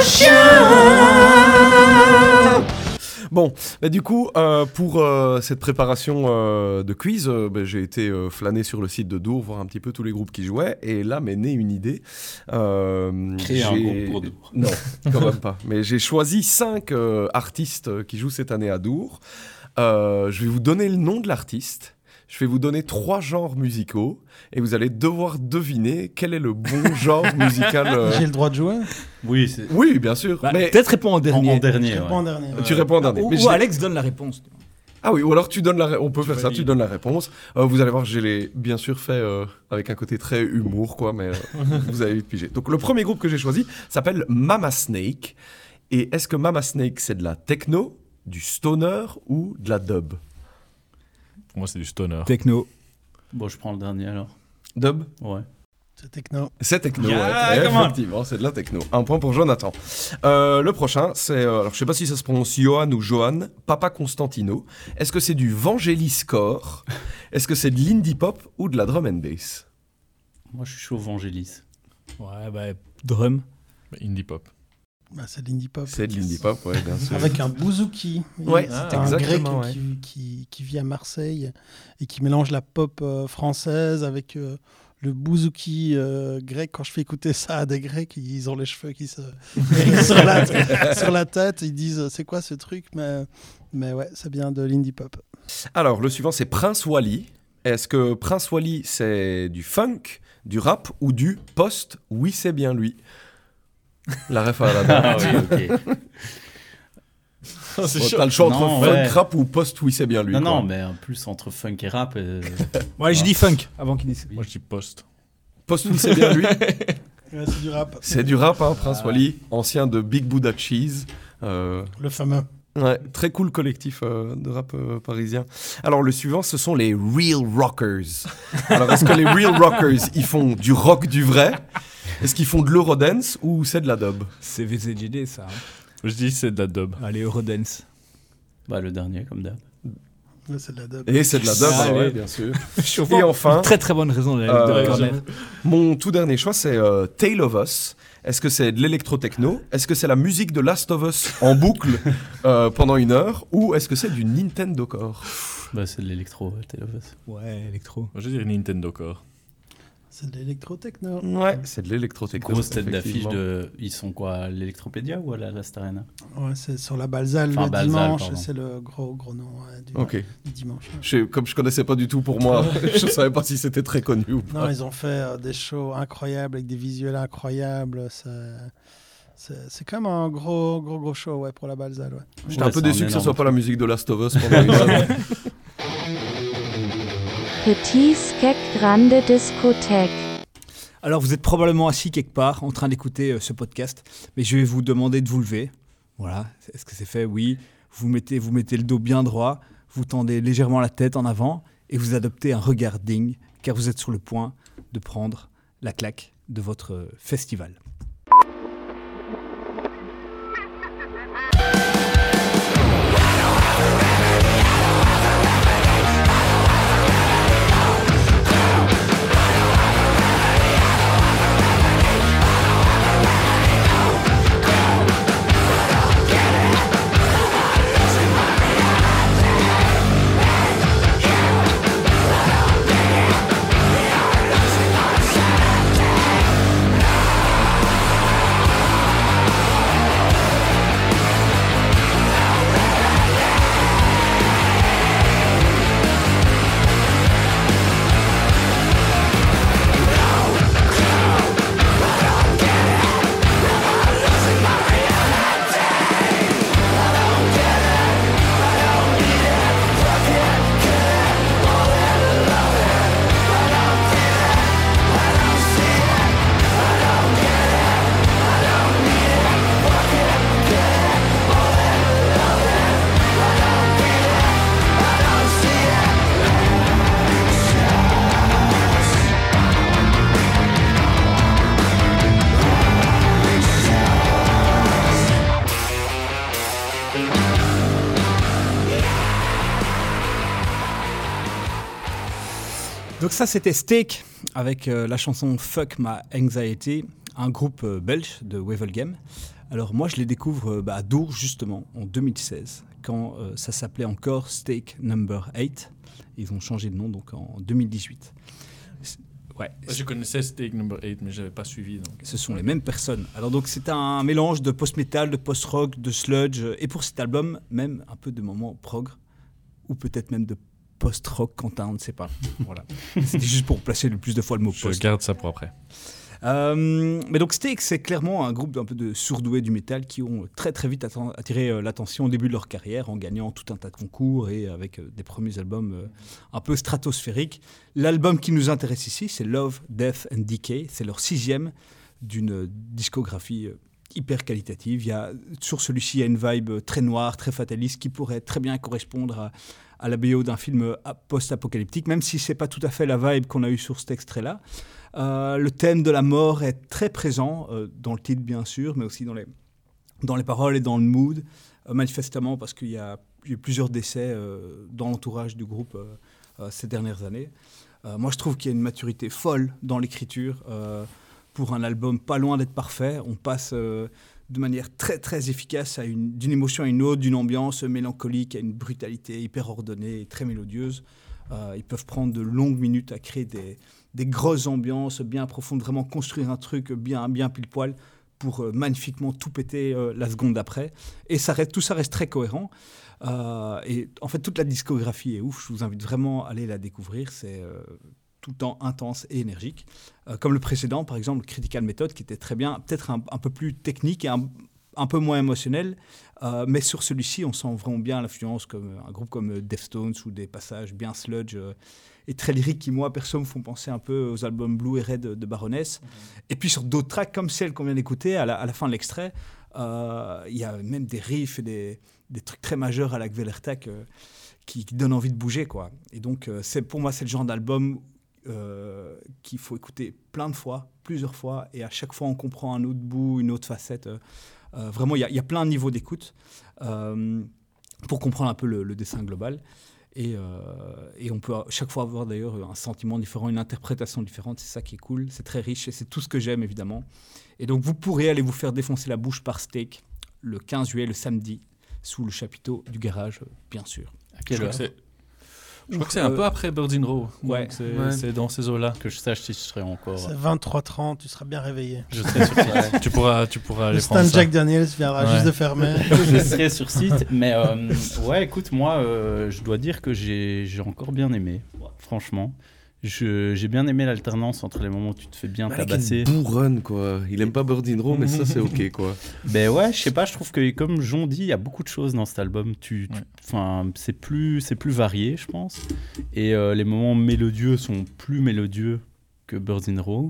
chien. Bon, bah du coup, euh, pour euh, cette préparation euh, de quiz, euh, bah, j'ai été euh, flâner sur le site de Dour, voir un petit peu tous les groupes qui jouaient, et là m'est née une idée. Euh, Créer un groupe pour Dour. Non, quand même pas. Mais j'ai choisi cinq euh, artistes qui jouent cette année à Dour. Euh, je vais vous donner le nom de l'artiste. Je vais vous donner trois genres musicaux et vous allez devoir deviner quel est le bon genre musical. Euh... J'ai le droit de jouer? Oui, c'est... oui, bien sûr. Bah, mais... Peut-être réponds en dernier. En, en dernier, Je ouais. réponds en dernier. Tu réponds en dernier. Ou, mais ou j'ai- Alex donne la réponse. Ah oui, ou alors tu donnes la. Ré... On peut Tu faire ça. valides. Tu donnes la réponse. Euh, vous allez voir, je l'ai bien sûr fait euh, avec un côté très humour, quoi. Mais euh, vous allez vite piger. Donc le premier groupe que j'ai choisi s'appelle Mama Snake. Et est-ce que Mama Snake c'est de la techno, du stoner ou de la dub? Pour moi, c'est du stoner. Techno. Bon, je prends le dernier alors. Dub. Ouais. C'est techno. C'est techno, Yeah, ouais. come on. Effectivement, c'est de la techno. Un point pour Jonathan. Euh, le prochain, c'est, euh, alors je sais pas si ça se prononce Johan ou Johan, Papa Constantino. Est-ce que c'est du Vangelis-core? Est-ce que c'est de l'indie pop ou de la drum and bass? Moi, je suis chaud Vangelis. Ouais, bah, drum. Bah, indie pop. Bah, c'est de l'indie pop. C'est de l'indie pop, ouais, bien sûr. Avec un bouzouki. Ouais, c'est ah, un grec exactement, ouais. qui, qui, qui vit à Marseille et qui mélange la pop euh, française avec euh, le bouzouki euh, grec. Quand je fais écouter ça à des Grecs, ils ont les cheveux qui se hérissent sur, la, sur la tête. Ils disent c'est quoi ce truc, mais, mais ouais, c'est bien de l'indie pop. Alors, le suivant, c'est Prince Wally. Est-ce que Prince Wally, c'est du funk, du rap ou du post? Oui, c'est bien lui. La ref à la dame. Ah oui, ok. Bon, t'as le choix entre Non, funk, ouais. rap ou post, oui, c'est bien lui. Non, quoi. non, mais en plus, entre funk et rap. euh, Ouais, je dis funk avant qu'il dise. Moi, je dis post. Post, oui, c'est bien lui. Ouais, c'est du rap. C'est du rap, hein, Prince Ah. Wally, ancien de Big Buddha Cheese. Euh, Le fameux. ouais, très cool collectif euh, de rap euh, parisien. Alors, le suivant, ce sont les Real Rockers. Alors, est-ce que les Real Rockers, ils font du rock du vrai? Est-ce qu'ils font de l'eurodance ou c'est de la dub? C'est V Z G D ça. Hein. Je dis c'est de la dub. Allez, Eurodance. Bah, le dernier, comme d'hab. Ouais, c'est de la dub. Et c'est de la dub, Ah, hein, ouais, oui. bien sûr. Chauffant. Et enfin, Une très très bonne raison de, Euh, de reconnaître. mon tout dernier choix, c'est euh, Tale of Us. Est-ce que c'est de l'électro-techno? Est-ce que c'est la musique de Last of Us en boucle euh, pendant une heure? Ou est-ce que c'est du Nintendo Core? Bah, c'est de l'électro, ouais, Tale of Us. Ouais, électro. Moi, je dirais Nintendo Core. C'est de l'électro-techno. Ouais, c'est de l'électro-techno. Grosse tête d'affiche effectivement. de. Ils sont quoi, à l'Electropédia ou à la Last Arena? Ouais, c'est sur la Balzale Enfin, le Balzale, dimanche. pardon. C'est le gros, gros nom ouais, du, Ok. du dimanche. ouais. Je, comme je connaissais pas du tout pour moi, je savais pas si c'était très connu ou pas. Non, ils ont fait euh, des shows incroyables avec des visuels incroyables. C'est, c'est, c'est quand même un gros, gros, gros show ouais, pour la Balzale. Ouais. J'étais Ouais, un peu c'est un déçu que ce énorme soit pas la truc. musique de Last of Us pendant une heure. Petit Skek Grande Discothèque. Alors, vous êtes probablement assis quelque part en train d'écouter euh, ce podcast, mais je vais vous demander de vous lever. Voilà. Est-ce que c'est fait? Oui. Vous mettez, vous mettez le dos bien droit, vous tendez légèrement la tête en avant et vous adoptez un regard digne, car vous êtes sur le point de prendre la claque de votre euh, festival. Get ça, c'était Steak avec euh, la chanson Fuck My Anxiety, un groupe euh, belge de Wevelgem. Alors moi, je les découvre euh, bah, à Dour, justement, en deux mille seize, quand euh, ça s'appelait encore Steak Number huit. Ils ont changé de nom donc en deux mille dix-huit. Ouais. Je connaissais Steak Number huit, mais je n'avais pas suivi. Donc. Ce sont les mêmes personnes. Alors donc c'est un mélange de post-metal, de post-rock, de sludge, et pour cet album, même un peu de moments prog, ou peut-être même de post-rock, Quentin, on ne sait pas. Voilà. C'était juste pour placer le plus de fois le mot je post. Je garde ça pour après. Euh, mais donc Steak, c'est clairement un groupe un peu de surdoués du métal qui ont très très vite atten- attiré euh, l'attention au début de leur carrière en gagnant tout un tas de concours et avec euh, des premiers albums euh, un peu stratosphériques. L'album qui nous intéresse ici, c'est Love, Death and Decay. C'est leur sixième d'une euh, discographie euh, hyper qualitative. Il y a, sur celui-ci, il y a une vibe euh, très noire, très fataliste qui pourrait très bien correspondre à, à la B O d'un film euh, post-apocalyptique, même si c'est pas tout à fait la vibe qu'on a eue sur cet extrait-là. Euh, le thème de la mort est très présent euh, dans le titre bien sûr, mais aussi dans les, dans les paroles et dans le mood, euh, manifestement parce qu'il y a eu plusieurs décès euh, dans l'entourage du groupe euh, euh, ces dernières années. Euh, moi je trouve qu'il y a une maturité folle dans l'écriture euh, pour un album pas loin d'être parfait. On passe euh, de manière très très efficace à une, d'une émotion à une autre, d'une ambiance mélancolique à une brutalité hyper ordonnée et très mélodieuse. Euh, ils peuvent prendre de longues minutes à créer des, des grosses ambiances bien profondes, vraiment construire un truc bien, bien pile-poil pour euh, magnifiquement tout péter euh, la seconde d'après. Et ça reste, tout ça reste très cohérent. Euh, et en fait, toute la discographie est ouf. Je vous invite vraiment à aller la découvrir. C'est euh, tout le temps intense et énergique. Euh, comme le précédent, par exemple, Critical Method, qui était très bien, peut-être un, un peu plus technique et un, un peu moins émotionnel. Euh, mais sur celui-ci, on sent vraiment bien l'influence comme un groupe comme Deftones ou des passages bien sludge euh, et très lyriques qui, moi, perso, me font penser un peu aux albums Blue et Red de, de Baroness. Mm-hmm. Et puis sur d'autres tracks comme celle qu'on vient d'écouter, à la, à la fin de l'extrait, il euh, y a même des riffs et des, des trucs très majeurs à la Gvelertak euh, qui, qui donnent envie de bouger, quoi. Et donc, euh, c'est, pour moi, c'est le genre d'album euh, qu'il faut écouter plein de fois, plusieurs fois, et à chaque fois, on comprend un autre bout, une autre facette. Euh, Euh, vraiment, il y, y a plein de niveaux d'écoute euh, pour comprendre un peu le, le dessin global. Et, euh, et on peut chaque fois avoir d'ailleurs un sentiment différent, une interprétation différente. C'est ça qui est cool, c'est très riche et c'est tout ce que j'aime évidemment. Et donc vous pourrez aller vous faire défoncer la bouche par Steak le quinze juillet, le samedi, sous le chapiteau du garage, bien sûr. À quelle heure ? Je crois que c'est un euh, peu après Birds in Row. Ouais. C'est, ouais. c'est dans ces eaux-là. Que je sache si je serai encore. C'est vingt-trois trente, tu seras bien réveillé. Je serai sur site. tu pourras, tu pourras aller le prendre ça. Stan Jack Daniels viendra ouais. juste de fermer. Je serai sur site. Mais euh, ouais, écoute, moi, euh, je dois dire que j'ai, j'ai encore bien aimé. Franchement. Je, j'ai bien aimé l'alternance entre les moments où tu te fais bien bah, tabasser. Bourronne, quoi. Il aime pas Birds in Row, mais ça, c'est OK, quoi. Ben ouais, je sais pas, je trouve que, comme Jon dit, il y a beaucoup de choses dans cet album. Tu, tu, ouais. c'est, plus, c'est plus varié, je pense. Et euh, les moments mélodieux sont plus mélodieux que Birds in Row.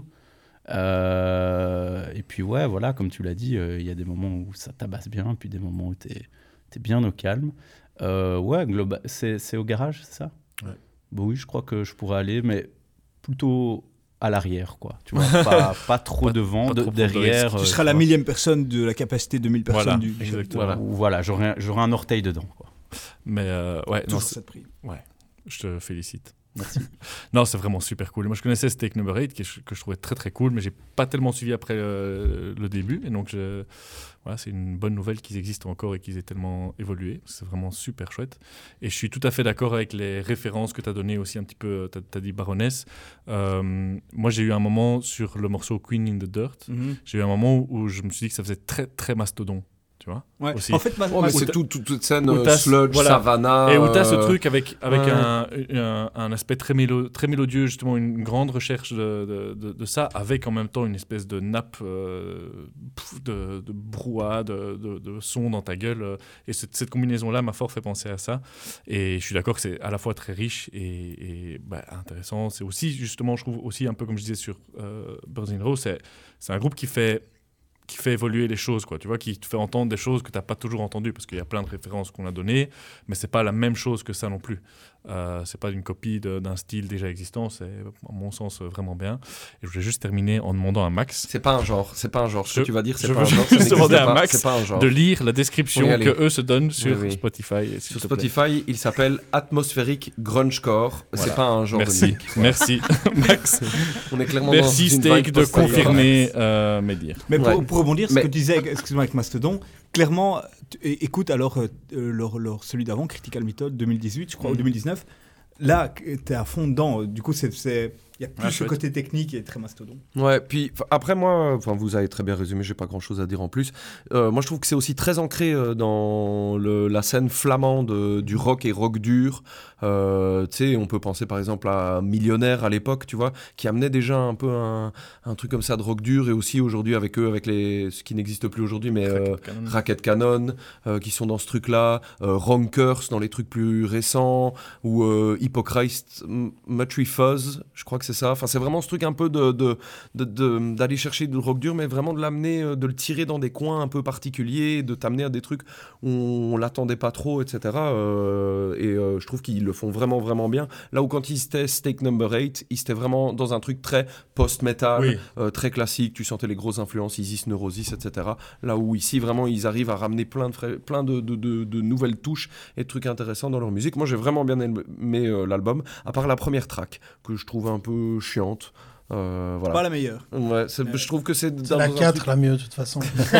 Euh, et puis, ouais, voilà, comme tu l'as dit, il euh, y a des moments où ça tabasse bien, puis des moments où t'es, t'es bien au calme. Euh, ouais, globa- c'est, c'est au garage, c'est ça ? Ouais. Bon, oui, je crois que je pourrais aller, mais plutôt à l'arrière, quoi. Tu vois, pas, pas trop pas, devant, pas de, trop derrière. Tu euh, seras la millième personne de la capacité de mille personnes voilà, du. Exactement. Voilà, voilà j'aurai, j'aurai un orteil dedans, quoi. Mais euh, ouais, toujours non, cette prix. Ouais, je te félicite. Merci. Non, c'est vraiment super cool. Moi, je connaissais Steak Number huit que je, que je trouvais très très cool, mais j'ai pas tellement suivi après euh, le début. Et donc, je, voilà, c'est une bonne nouvelle qu'ils existent encore et qu'ils aient tellement évolué. C'est vraiment super chouette. Et je suis tout à fait d'accord avec les références que tu as données aussi un petit peu. Tu as dit Baroness. Euh, moi, j'ai eu un moment sur le morceau Queen in the Dirt. Mm-hmm. J'ai eu un moment où, où je me suis dit que ça faisait très très mastodon. Tu vois, ouais. aussi. En fait, ma, oh, ma, mais c'est toute toute toute scène euh, sludge, voilà. savannah. Et où tu as ce truc avec, avec ouais. un, un, un aspect très, mélo, très mélodieux, justement, une grande recherche de, de, de, de ça, avec en même temps une espèce de nappe euh, de, de brouhaha, de, de, de son dans ta gueule. Et cette, cette combinaison-là m'a fort fait penser à ça. Et je suis d'accord que c'est à la fois très riche et, et bah, intéressant. C'est aussi, justement, je trouve aussi un peu comme je disais sur euh, Birds in Row, c'est, c'est un groupe qui fait qui fait évoluer les choses, quoi, tu vois, qui te fait entendre des choses que tu n'as pas toujours entendues, parce qu'il y a plein de références qu'on a données, mais ce n'est pas la même chose que ça non plus. Euh, ce n'est pas une copie de, d'un style déjà existant, c'est, à mon sens, vraiment bien. Et je voulais juste terminer en demandant à Max... C'est pas un genre, c'est pas un genre. Ce je, que tu vas dire, c'est je pas un genre. Je veux juste demander à pas, Max de lire la description oui, que eux se donnent sur oui, oui. Spotify. Sur Spotify, il s'appelle Atmosphérique Grungecore. Voilà. C'est pas un genre Merci. de musique. Voilà. Merci, Max. On est clairement Merci, dans une Steak, de confirmer euh, mes dires. Mais pour, ouais. pour rebondir, ce Mais... que tu disais, excuse-moi, avec Mastodon, clairement, tu, écoute alors euh, leur, leur, celui d'avant, Critical Method, deux mille dix-huit, je crois, mmh. ou deux mille dix-neuf. Là, tu es à fond dedans. Du coup, c'est, c'est... il y a plus ah, ce côté technique et très Mastodon. Ouais, puis après, moi, vous avez très bien résumé, j'ai pas grand-chose à dire en plus. Euh, moi, je trouve que c'est aussi très ancré euh, dans le, la scène flamande euh, du rock et rock dur. Euh, tu sais, on peut penser par exemple à Millionnaire à l'époque, tu vois, qui amenait déjà un peu un, un truc comme ça de rock dur, et aussi aujourd'hui avec eux, avec les, ce qui n'existe plus aujourd'hui, mais euh, Racket Cannon, euh, qui sont dans ce truc-là, euh, Ronkers dans les trucs plus récents, ou euh, Hypocrite, Mutry Fuzz, je crois que c'est ça. Enfin, c'est vraiment ce truc un peu de, de, de, de, d'aller chercher du rock dur, mais vraiment de l'amener, de le tirer dans des coins un peu particuliers, de t'amener à des trucs où on l'attendait pas trop, et cetera. Euh, et euh, je trouve qu'ils le font vraiment, vraiment bien. Là où quand ils étaient Steak Number eight, ils étaient vraiment dans un truc très post-metal, oui. euh, très classique. Tu sentais les grosses influences, Isis, Neurosis, et cetera. Là où ici, vraiment, ils arrivent à ramener plein de, fra- plein de, de, de, de nouvelles touches et de trucs intéressants dans leur musique. Moi, j'ai vraiment bien aimé euh, l'album, à part la première track, que je trouve un peu chiante. Euh, voilà. Pas la meilleure. Ouais, c'est, je trouve que c'est, c'est la quatre truc... la mieux de toute façon.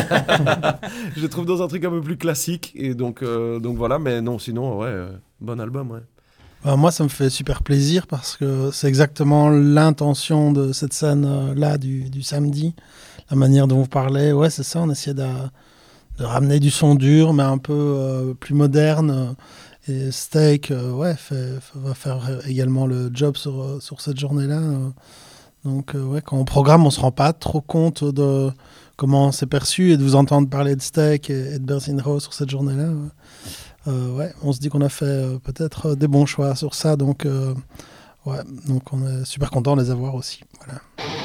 Je le trouve dans un truc un peu plus classique, et donc, euh, donc voilà, mais non, sinon, ouais, euh, bon album, ouais. Bah, moi, ça me fait super plaisir parce que c'est exactement l'intention de cette scène-là du, du samedi. La manière dont vous parlez, ouais, c'est ça, on essayait de, de ramener du son dur, mais un peu euh, plus moderne. Et Steak, euh, ouais, fait, fait, va faire également le job sur, sur cette journée-là. Donc, euh, ouais, quand on programme, on se rend pas trop compte de comment c'est perçu, et de vous entendre parler de Steak et, et de Bersin Rose sur cette journée-là. Ouais. Euh, ouais, on se dit qu'on a fait euh, peut-être euh, des bons choix sur ça, donc, euh, ouais, donc on est super content de les avoir aussi. Voilà.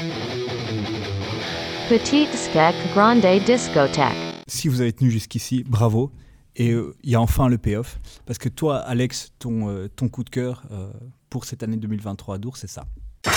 Petite Skek Grande Discothèque. Si vous avez tenu jusqu'ici, bravo. Et il euh, y a enfin le payoff. Parce que toi, Alex, ton, euh, ton coup de cœur euh, pour cette année deux mille vingt-trois à Dour, c'est ça.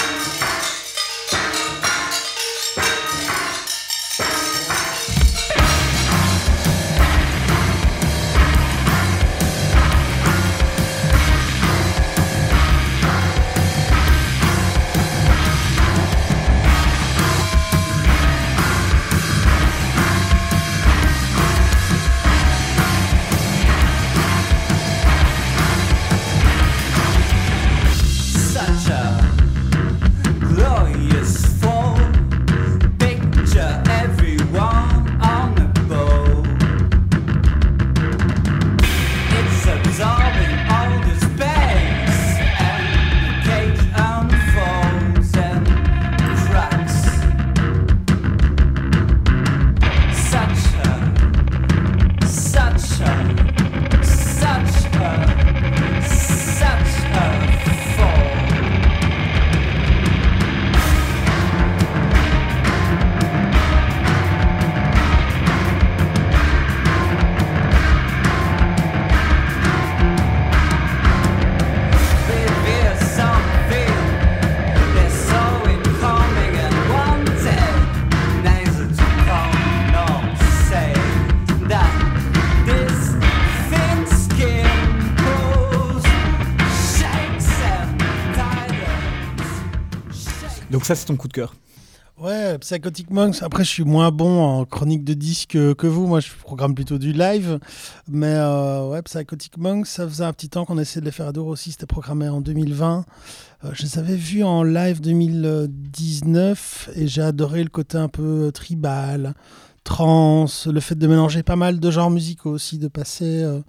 Donc ça, c'est ton coup de cœur. Ouais, Psychotic Monks. Après, je suis moins bon en chronique de disques que vous. Moi, je programme plutôt du live. Mais euh, ouais, Psychotic Monks, ça faisait un petit temps qu'on essayait de les faire à Dour aussi. C'était programmé en deux mille vingt. Euh, je les avais vus en live deux mille dix-neuf et j'ai adoré le côté un peu tribal, trance, le fait de mélanger pas mal de genres musicaux aussi, de passer euh,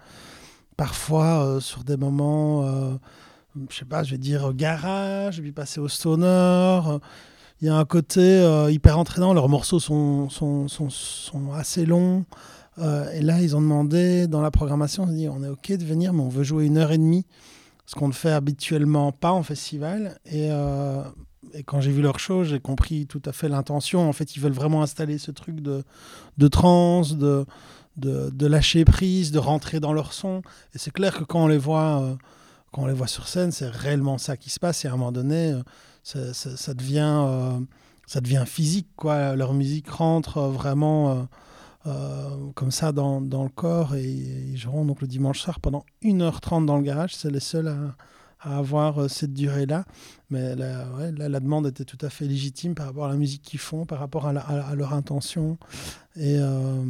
parfois euh, sur des moments... Euh, je sais pas, je vais dire garage, et puis passer au stoner. Il y a un côté euh, hyper entraînant. Leurs morceaux sont, sont, sont, sont assez longs. Euh, et là, ils ont demandé, dans la programmation, on s'est dit, on est OK de venir, mais on veut jouer une heure et demie, ce qu'on ne fait habituellement pas en festival. Et, euh, et quand j'ai vu leur show, j'ai compris tout à fait l'intention. En fait, ils veulent vraiment installer ce truc de, de trance, de, de, de lâcher prise, de rentrer dans leur son. Et c'est clair que quand on les voit, euh, quand on les voit sur scène, c'est réellement ça qui se passe. Et à un moment donné, euh, ça, ça, ça, devient, euh, ça devient physique, quoi. Leur musique rentre euh, vraiment euh, euh, comme ça dans, dans le corps. Et ils joueront donc le dimanche soir pendant une heure trente dans le garage. C'est les seuls à... à avoir euh, cette durée-là. Mais la, ouais, la, la demande était tout à fait légitime par rapport à la musique qu'ils font, par rapport à, la, à, à leur intention. Et, euh,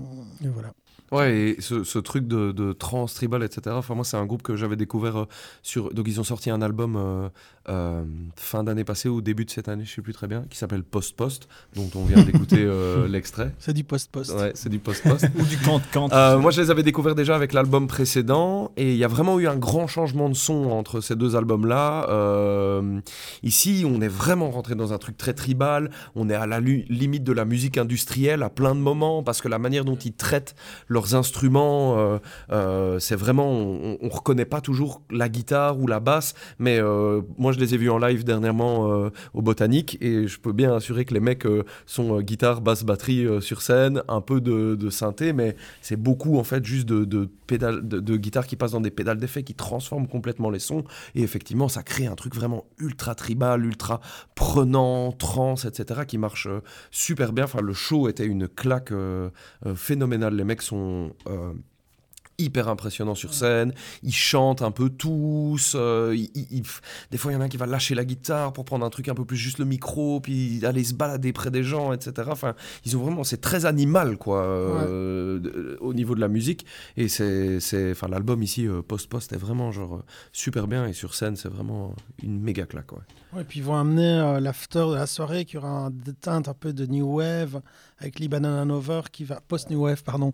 et voilà. Ouais, et ce, ce truc de, de trance, tribal, et cetera. Enfin, moi, c'est un groupe que j'avais découvert euh, sur. Donc, ils ont sorti un album euh, euh, fin d'année passée ou début de cette année, je sais plus très bien, qui s'appelle Post Post, dont on vient d'écouter euh, l'extrait. C'est du Post Post. Ouais, c'est du Post Post. Ou du Cant Cant. Euh, moi, je les avais découverts déjà avec l'album précédent, et il y a vraiment eu un grand changement de son entre ces deux albums-là. Euh, ici, on est vraiment rentré dans un truc très tribal. On est à la lu- limite de la musique industrielle à plein de moments, parce que la manière dont ils traitent leurs instruments, euh, euh, c'est vraiment, on, on reconnaît pas toujours la guitare ou la basse, mais euh, moi je les ai vus en live dernièrement euh, au Botanique, et je peux bien assurer que les mecs euh, sont euh, guitare, basse, batterie euh, sur scène, un peu de, de synthé, mais c'est beaucoup en fait juste de, de, pédales, de, de guitare qui passe dans des pédales d'effet qui transforment complètement les sons, et effectivement ça crée un truc vraiment ultra tribal, ultra prenant, trance, et cetera, qui marche euh, super bien. Enfin, le show était une claque euh, euh, phénoménale. Les mecs sont Euh, hyper impressionnants sur scène, ils chantent un peu tous, euh, ils, ils, ils, des fois il y en a un qui va lâcher la guitare pour prendre un truc un peu plus juste le micro, puis aller se balader près des gens, et cetera. Enfin, ils ont vraiment, c'est très animal quoi, euh, ouais. de, au niveau de la musique, et c'est, c'est, enfin l'album ici euh, Post Post est vraiment genre euh, super bien, et sur scène c'est vraiment une méga claque quoi. Ouais, puis ils vont amener euh, l'after de la soirée qui aura un teinte un peu de new wave avec Lee Banana Nover qui va post new wave pardon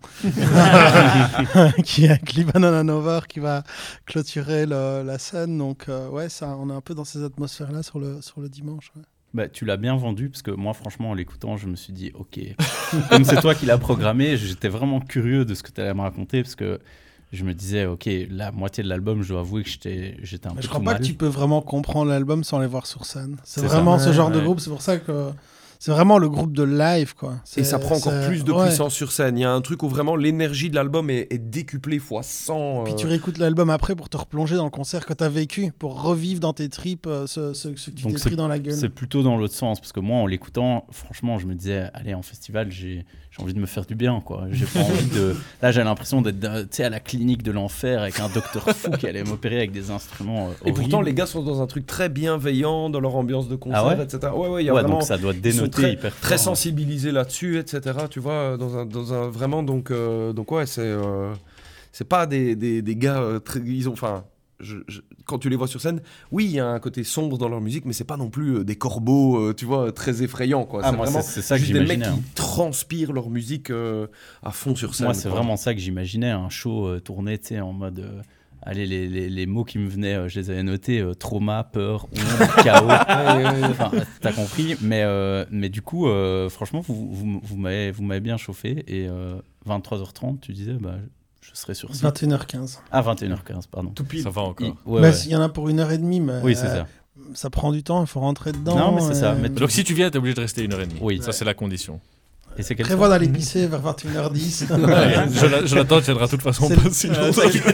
qui avec Lee Banana Nover qui va clôturer le, la scène. Donc euh, ouais, ça, on est un peu dans ces atmosphères là sur le sur le dimanche. Ouais. Bah, tu l'as bien vendu, parce que moi, franchement, en l'écoutant, je me suis dit, ok, comme c'est toi qui l'as programmé, j'étais vraiment curieux de ce que tu allais me raconter, parce que je me disais, ok, la moitié de l'album, je dois avouer que j'étais, j'étais un Mais peu je crois tout pas mal. que tu peux vraiment comprendre l'album sans les voir sur scène. C'est, c'est vraiment ça. ce genre ouais, de ouais. groupe, c'est pour ça que... C'est vraiment le groupe de live, quoi. C'est, et ça prend encore c'est... plus de ouais. puissance sur scène. Il y a un truc où vraiment l'énergie de l'album est, est décuplée fois cent. Euh... Puis tu réécoutes l'album après pour te replonger dans le concert que tu as vécu, pour revivre dans tes tripes euh, ce, ce, ce que tu Donc t'es c'est, pris dans la gueule. c'est plutôt dans l'autre sens, parce que moi, en l'écoutant, franchement, je me disais, allez, en festival, j'ai, j'ai envie de me faire du bien, quoi. J'ai pas envie de... Là, j'ai l'impression d'être à la clinique de l'enfer avec un docteur fou qui allait m'opérer avec des instruments euh, Et horribles. pourtant, les gars sont dans un truc très bienveillant, dans leur ambiance de concert, ah ouais et cetera. Ouais, ouais, il y a ouais, vraiment... donc ça doit Ils sont dénoter très, hyper fort. très sensibilisés là-dessus, et cetera. Tu vois, dans un, dans un vraiment donc euh, donc ouais, c'est euh, c'est pas des, des, des gars euh, très, ils ont enfin. Je, je, quand tu les vois sur scène, oui, il y a un côté sombre dans leur musique, mais c'est pas non plus euh, des corbeaux, euh, tu vois, très effrayants, quoi. Ah, c'est moi, vraiment c'est, c'est ça que juste des mecs j'imaginais, qui hein. transpirent leur musique euh, à fond sur scène. Moi, c'est quoi. vraiment ça que j'imaginais, un show euh, tourné, tu sais, en mode... Euh... Allez, les, les, les mots qui me venaient, euh, je les avais notés, euh, trauma, peur, honte, chaos, enfin, t'as compris, mais, euh, mais du coup, euh, franchement, vous, vous, vous, m'avez, vous m'avez bien chauffé, et euh, vingt-trois heures trente, tu disais, bah, je serai sur site. vingt et une heures quinze. Ah, vingt et une heures quinze, pardon. Tout pile. Ça va encore. Il, ouais, mais ouais. il y en a pour une heure et demie, mais oui, c'est euh, ça. Ça prend du temps, il faut rentrer dedans. Non, mais c'est et... ça. Mais donc si tu viens, t'es obligé de rester une heure et demie. Oui. Ça, c'est la condition. Et c'est Prévois d'aller pisser vers vingt et une heures dix. Ouais, Jonathan tiendra de toute façon pas si euh,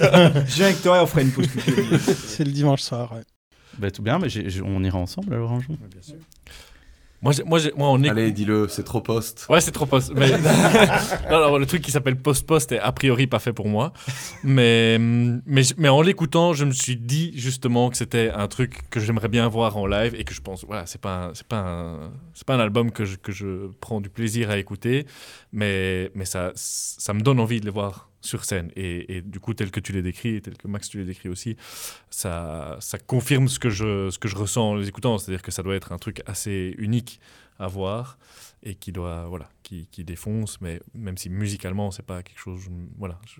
Je viens avec toi et on fera une pause. C'est le dimanche soir, ouais. Bah, tout bien, mais j'ai, j'ai, on ira ensemble alors un jour. Ouais, bien sûr. Moi, j'ai, moi, j'ai, moi, on est... Allez, dis-le, c'est trop post. Ouais, c'est trop post. Mais... non, non, le truc qui s'appelle post-post est a priori pas fait pour moi. Mais, mais, mais en l'écoutant, je me suis dit justement que c'était un truc que j'aimerais bien voir en live et que je pense, voilà, c'est pas un, c'est pas un, c'est pas un album que je, que je prends du plaisir à écouter, mais, mais ça, ça me donne envie de les voir sur scène. Et, et du coup, tel que tu l'as décrit, tel que Max tu l'as décrit aussi, ça, ça confirme ce que, je, ce que je ressens en les écoutant. C'est-à-dire que ça doit être un truc assez unique à voir et qui doit, voilà, qui, qui défonce, mais même si musicalement, c'est pas quelque chose... Voilà, je,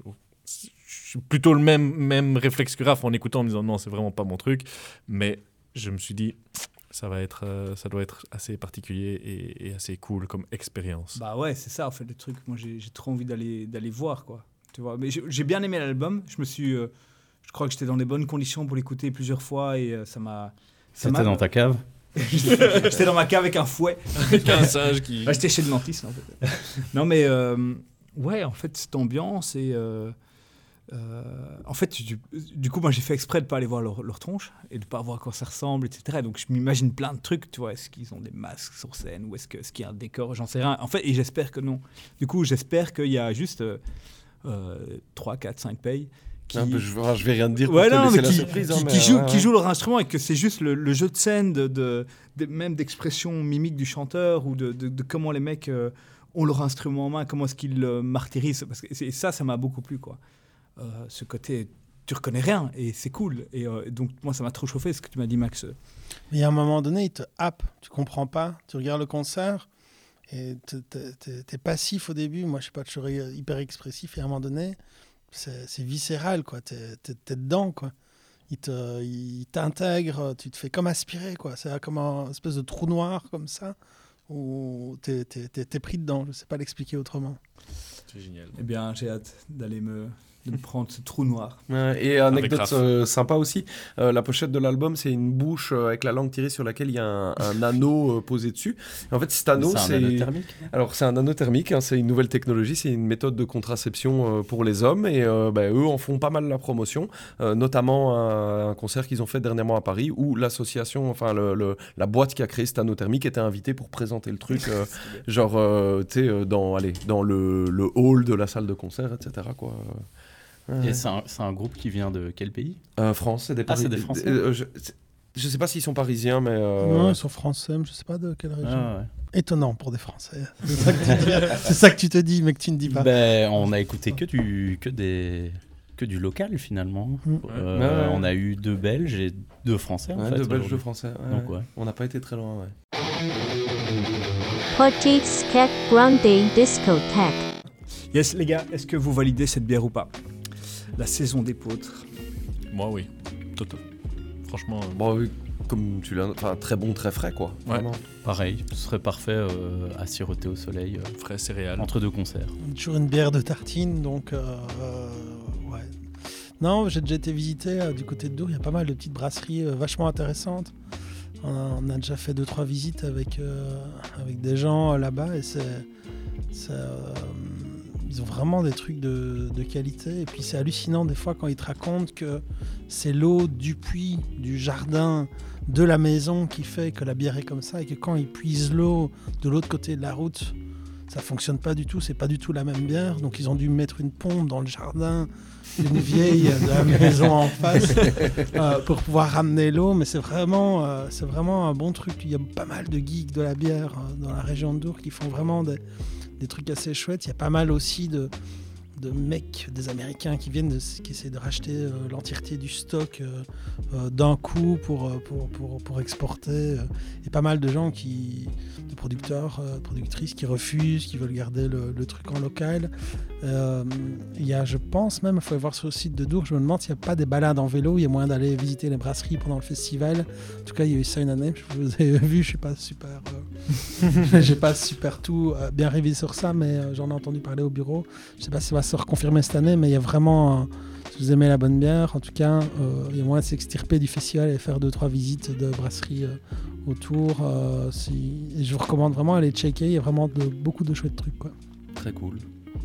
je suis plutôt le même, même réflexe que Raph en écoutant, en me disant non, c'est vraiment pas mon truc. Mais je me suis dit... Ça, va être, euh, ça doit être assez particulier et, et assez cool comme expérience. Bah ouais, c'est ça, en fait, le truc. Moi, j'ai, j'ai trop envie d'aller, d'aller voir, quoi. Tu vois, mais j'ai, j'ai bien aimé l'album. Je me suis... Euh, je crois que j'étais dans les bonnes conditions pour l'écouter plusieurs fois et euh, ça m'a... Ça C'était m'a... dans ta cave ? J'étais dans ma cave avec un fouet. Avec un singe qui... Bah, j'étais chez le dentiste, en fait. Non, mais... Euh, ouais, en fait, cette ambiance et... Euh, euh, en fait, du, du coup, moi, j'ai fait exprès de ne pas aller voir leur, leur tronche et de ne pas voir à quoi ça ressemble, et cetera. Donc, je m'imagine plein de trucs, tu vois. Est-ce qu'ils ont des masques sur scène ou est-ce, que, est-ce qu'il y a un décor? J'en sais rien. En fait, et j'espère que non. Du coup, j'espère qu'il y a juste euh, euh, trois, quatre, cinq payes qui... Ah, bah, je, enfin, je vais rien te dire pour ouais, te non, laisser mais la qui, surprise. qui, hein, qui mais, jouent, ouais, qui ouais. jouent leur instrument et que c'est juste le, le jeu de scène, de, de, de, même d'expression mimique du chanteur ou de, de, de comment les mecs euh, ont leur instrument en main, comment est-ce qu'ils le martyrisent. Parce que c'est, ça, ça m'a beaucoup plu, quoi. Euh, ce côté, tu reconnais rien et c'est cool. Et euh, donc, moi, ça m'a trop chauffé ce que tu m'as dit, Max. Mais à un moment donné, il te happe, tu comprends pas, tu regardes le concert et t'es, t'es, t'es passif au début. Moi, je sais pas, je serais hyper expressif et à un moment donné, c'est, c'est viscéral, quoi. T'es, t'es, t'es dedans, quoi. Il, te, il t'intègre, tu te fais comme aspirer, quoi. C'est comme un espèce de trou noir comme ça où t'es, t'es, t'es, t'es pris dedans. Je sais pas l'expliquer autrement. C'est génial. Eh bien, j'ai hâte d'aller me... de me prendre ce trou noir. Ouais, et anecdote euh, sympa aussi, euh, la pochette de l'album, c'est une bouche euh, avec la langue tirée sur laquelle il y a un, un anneau euh, posé dessus. Et en fait, cet anneau, c'est... c'est... un anneau thermique. Alors, c'est un anneau thermique, hein, c'est une nouvelle technologie, c'est une méthode de contraception euh, pour les hommes. Et euh, bah, eux en font pas mal la promotion, euh, notamment un, un concert qu'ils ont fait dernièrement à Paris, où l'association, enfin le, le, la boîte qui a créé cet anneau thermique était invitée pour présenter le truc, euh, genre, euh, tu sais, dans, allez, dans le, le hall de la salle de concert, et cetera, quoi. Ouais. Et c'est un, c'est un groupe qui vient de quel pays? euh, France, c'est des, ah, Pari- c'est des Français. Euh, je, je sais pas s'ils sont parisiens, mais... Euh... Non, ils sont français, mais je sais pas de quelle région. Ah, ouais. Étonnant pour des Français. C'est ça, que tu dis, c'est ça que tu te dis, mais que tu ne dis pas. Ben, on a écouté que du, que des, que du local, finalement. Mmh. Euh, ouais, ouais. On a eu deux Belges et deux Français, en ouais, fait. deux Belges, deux Français. Ouais, Donc, ouais. ouais. On n'a pas été très loin, ouais. Petite Skek Grande Discothèque. Yes, les gars, est-ce que vous validez cette bière ou pas? La saison des poutres. Moi, oui. Toto. Franchement... Euh... Bon, oui, comme tu l'as... Enfin, très bon, très frais, quoi. Ouais. Vraiment. Pareil, ce serait parfait euh, à siroter au soleil. Euh, Frais céréales. Entre deux concerts. Toujours une bière de tartine, donc... Euh, euh, ouais. Non, j'ai déjà été visiter euh, du côté de Dour. Il y a pas mal de petites brasseries euh, vachement intéressantes. On a, on a déjà fait deux, trois visites avec, euh, avec des gens euh, là-bas et c'est... c'est euh, ils ont vraiment des trucs de, de qualité. Et puis c'est hallucinant des fois quand ils te racontent que c'est l'eau du puits, du jardin, de la maison qui fait que la bière est comme ça. Et que quand ils puisent l'eau de l'autre côté de la route, ça fonctionne pas du tout. C'est pas du tout la même bière. Donc ils ont dû mettre une pompe dans le jardin d'une vieille de la maison en face euh, pour pouvoir ramener l'eau. Mais c'est vraiment, euh, c'est vraiment un bon truc. Il y a pas mal de geeks de la bière euh, dans la région de Dour qui font vraiment des... des trucs assez chouettes. Il y a pas mal aussi de, de mecs, des Américains qui viennent, de, qui essaient de racheter euh, l'entièreté du stock euh, euh, d'un coup pour, euh, pour, pour, pour exporter. Euh, et pas mal de gens, qui, de producteurs, euh, productrices qui refusent, qui veulent garder le, le truc en local. Euh, il y a, je pense même, il faut aller voir sur le site de Dour, je me demande s'il n'y a pas des balades en vélo, il y a moyen d'aller visiter les brasseries pendant le festival. En tout cas, il y a eu ça une année, je vous ai vu, je ne suis pas super... Euh, j'ai pas super tout euh, bien révisé sur ça, mais euh, j'en ai entendu parler au bureau. Je sais pas si ça va se reconfirmer cette année, mais il y a vraiment, euh, si vous aimez la bonne bière, en tout cas, euh, il y a moyen de s'extirper du festival et faire deux trois visites de brasseries euh, autour. Euh, si... et je vous recommande vraiment d'aller checker, il y a vraiment de, beaucoup de chouettes trucs, quoi. Très cool.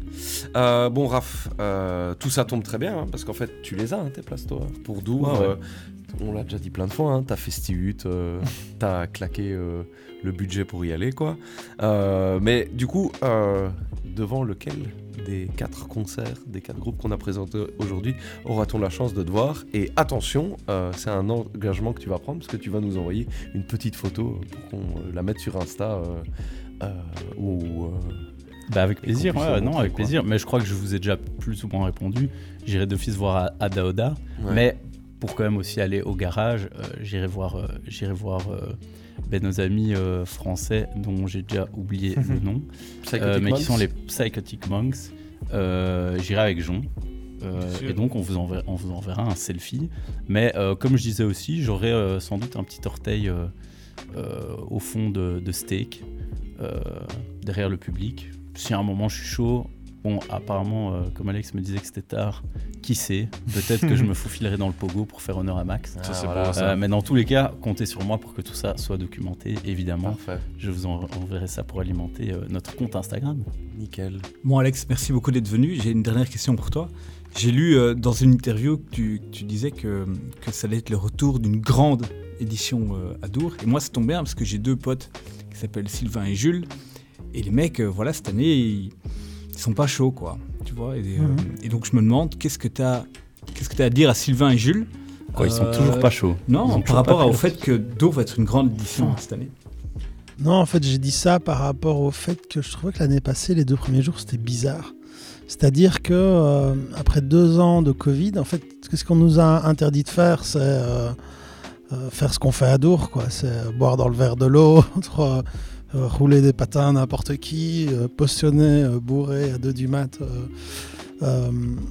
Euh, bon, Raph, euh, tout ça tombe très bien, hein, parce qu'en fait, tu les as, hein, tes places, toi, pour Dour. Ouais, ouais. Euh, on l'a déjà dit plein de fois, hein, t'as Festihut, euh, t'as claqué euh, le budget pour y aller, quoi. Euh, mais du coup, euh, devant lequel des quatre concerts, des quatre groupes qu'on a présentés aujourd'hui, aura-t-on la chance de te voir? Et attention, euh, c'est un engagement que tu vas prendre, parce que tu vas nous envoyer une petite photo pour qu'on euh, la mette sur Insta euh, euh, ou... Euh, Bah avec plaisir, ouais, montrer, non, avec quoi. plaisir. Mais je crois que je vous ai déjà plus ou moins répondu. J'irai d'office voir Ada Oda, Ouais. mais pour quand même aussi aller au garage, euh, j'irai voir, euh, j'irai voir euh, ben, nos amis euh, français dont j'ai déjà oublié le nom, euh, mais qui sont les Psychotic Monks. Euh, j'irai avec Jon. Euh, et donc on vous, enverra, on vous enverra un selfie. Mais euh, comme je disais aussi, j'aurai euh, sans doute un petit orteil euh, euh, au fond de, de steak, euh, derrière le public. Si à un moment je suis chaud, Bon, apparemment, euh, comme Alex me disait que c'était tard, qui sait, peut-être que je me faufilerai dans le pogo pour faire honneur à Max. Ça, c'est voilà. beau, ça. Euh, mais dans tous les cas, comptez sur moi pour que tout ça soit documenté, évidemment. Parfait. Je vous en- enverrai ça pour alimenter euh, notre compte Instagram. Nickel. Bon Alex, merci beaucoup d'être venu. J'ai une dernière question pour toi. J'ai lu euh, dans une interview que tu, que tu disais que, que ça allait être le retour d'une grande édition euh, à Dour. Et moi, ça tombe bien parce que j'ai deux potes qui s'appellent Sylvain et Jules. Et les mecs, euh, voilà, cette année, ils, ils sont pas chauds, quoi. Tu vois. Et, euh, Mhm. et donc, je me demande, qu'est-ce que tu as qu'est-ce que tu as à dire à Sylvain et Jules? Quoi, ils sont Euh, toujours pas chauds. Ils ont Non, toujours par rapport pas au pu- fait que Dour va être une grande édition cette année. Non, en fait, j'ai dit ça par rapport au fait que je trouvais que l'année passée, les deux premiers jours, c'était bizarre. C'est-à-dire que euh, après deux ans de Covid, en fait, ce qu'on nous a interdit de faire, c'est euh, euh, faire ce qu'on fait à Dour, quoi. C'est boire dans le verre de l'autre, euh, euh, rouler des patins à n'importe qui, euh, potionner, euh, bourrer à deux du mat, euh, euh,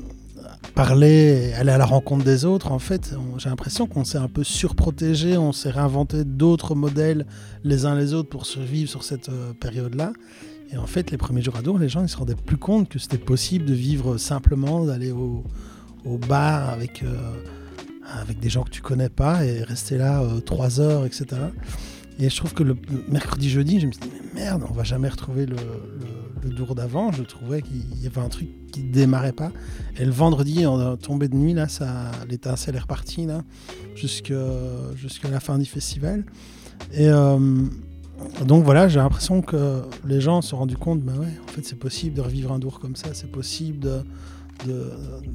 parler, et aller à la rencontre des autres. En fait, on- j'ai l'impression qu'on s'est un peu surprotégé, on s'est réinventé d'autres modèles les uns les autres pour survivre sur cette euh, période-là. Et en fait, les premiers jours à Dour, les gens ils se rendaient plus compte que c'était possible de vivre simplement, d'aller au, au bar avec, euh, avec des gens que tu connais pas et rester là euh, trois heures, et cetera. Et je trouve que le, le mercredi, jeudi, je me suis dit, mais merde, on va jamais retrouver le, le, le Dour d'avant. Je trouvais qu'il y avait un truc qui démarrait pas. Et le vendredi, en tombée de nuit, là, ça, l'étincelle est repartie, là, jusque- jusqu'à la fin du festival. Et euh, donc voilà, j'ai l'impression que les gens se sont rendus compte, bah ouais, en fait, c'est possible de revivre un Dour comme ça, c'est possible de, de,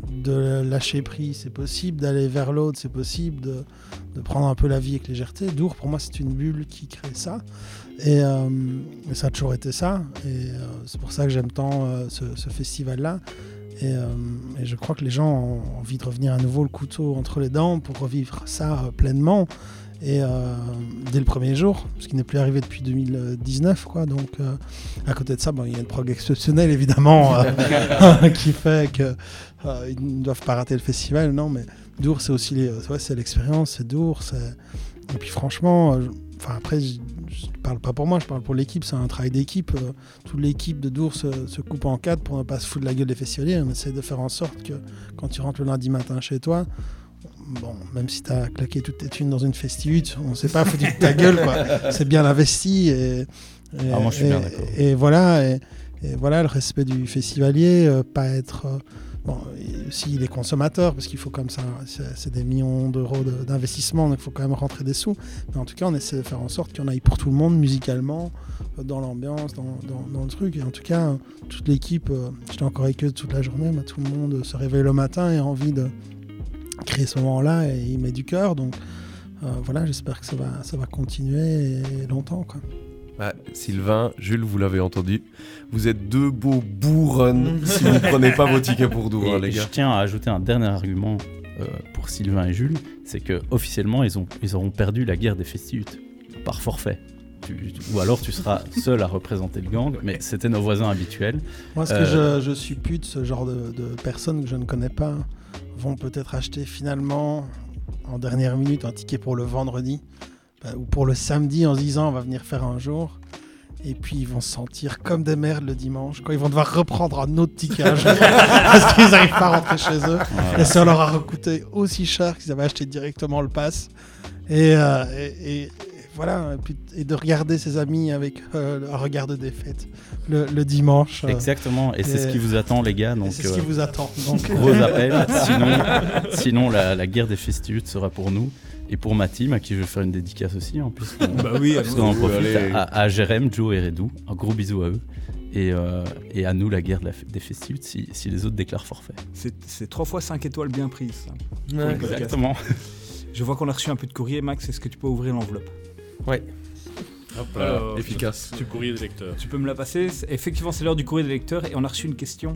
de lâcher prise, c'est possible d'aller vers l'autre, c'est possible de, de prendre un peu la vie avec légèreté. Dour, pour moi, c'est une bulle qui crée ça. Et, euh, et ça a toujours été ça. Et euh, c'est pour ça que j'aime tant euh, ce, ce festival-là. Et, euh, et je crois que les gens ont envie de revenir à nouveau le couteau entre les dents pour revivre ça euh, pleinement. Et euh, dès le premier jour, ce qui n'est plus arrivé depuis deux mille dix-neuf, quoi. Donc, euh, à côté de ça, bon, il y a une prog exceptionnelle, évidemment, euh, qui fait qu'ils euh, ne doivent pas rater le festival. Non, mais Dour, c'est aussi les, ouais, c'est l'expérience, c'est Dour. C'est... Et puis, franchement, euh, enfin, après, je ne parle pas pour moi, je parle pour l'équipe. C'est un travail d'équipe. Euh, toute l'équipe de Dour se, se coupe en quatre pour ne pas se foutre de la gueule des festivaliers. On essaie de faire en sorte que quand tu rentres le lundi matin chez toi, bon, même si t'as claqué toutes tes thunes dans une festi-hutte, on s'est pas foutu de ta gueule, quoi. C'est bien investi et, et, Ah, moi, je suis et, bien d'accord. et voilà, et, et voilà le respect du festivalier, euh, pas être euh, bon, et aussi les consommateurs, parce qu'il faut comme ça, c'est, c'est des millions d'euros de, d'investissement, donc il faut quand même rentrer des sous. Mais en tout cas, on essaie de faire en sorte qu'il y en aille pour tout le monde, musicalement, euh, dans l'ambiance, dans, dans, dans le truc. Et en tout cas, euh, toute l'équipe, euh, j'étais encore avec eux toute la journée, mais tout le monde se réveille le matin et a envie de créer ce moment-là et il met du cœur. Donc euh, voilà, j'espère que ça va, ça va continuer et longtemps, quoi. Ouais, Sylvain, Jules, vous l'avez entendu. Vous êtes deux beaux bourrons si vous ne prenez pas vos tickets pour Dour, Et hein, les gars. je tiens à ajouter un dernier argument euh, pour Sylvain et Jules, c'est que officiellement ils, ont, ils auront perdu la guerre des festi-huttes par forfait. Tu, tu- ou alors tu seras seul à représenter le gang, mais c'était nos voisins habituels. Moi, ce que Euh, je, je suppute, ce genre de, de personnes que je ne connais pas vont peut-être acheter finalement en dernière minute un ticket pour le vendredi bah, ou pour le samedi en se disant on va venir faire un jour. Et puis ils vont se sentir comme des merdes le dimanche quand ils vont devoir reprendre un autre ticket un jour parce qu'ils n'arrivent pas à rentrer chez eux. Voilà. Et ça leur a coûté aussi cher qu'ils avaient acheté directement le pass. Et, euh, et, et- et voilà, et, puis, et de regarder ses amis avec euh, un regard de défaite le, le dimanche. euh, Exactement, et c'est et- ce qui vous attend les gars. et Donc, c'est ce qui euh, vous attend. Donc, gros appel, sinon, sinon la, la guerre des festi-huttes sera pour nous. Et pour ma team, à qui je vais faire une dédicace aussi, en plus. Bah oui, Parce qu'on en oui, profite allez. à, à Jérém, Joe et Redou. Un gros bisou à eux. Et, euh, et à nous, la guerre de la, des festi-huttes, si, si les autres déclarent forfait. C'est, c'est trois fois cinq étoiles bien prises. Ça. Ouais, Pour le podcast. Exactement. Je vois qu'on a reçu un peu de courrier, Max. Est-ce que tu peux ouvrir l'enveloppe? Ouais. Hop Alors, efficace. Du courrier des lecteurs. Tu peux me la passer? C'est- Effectivement, c'est l'heure du courrier des lecteurs et on a reçu une question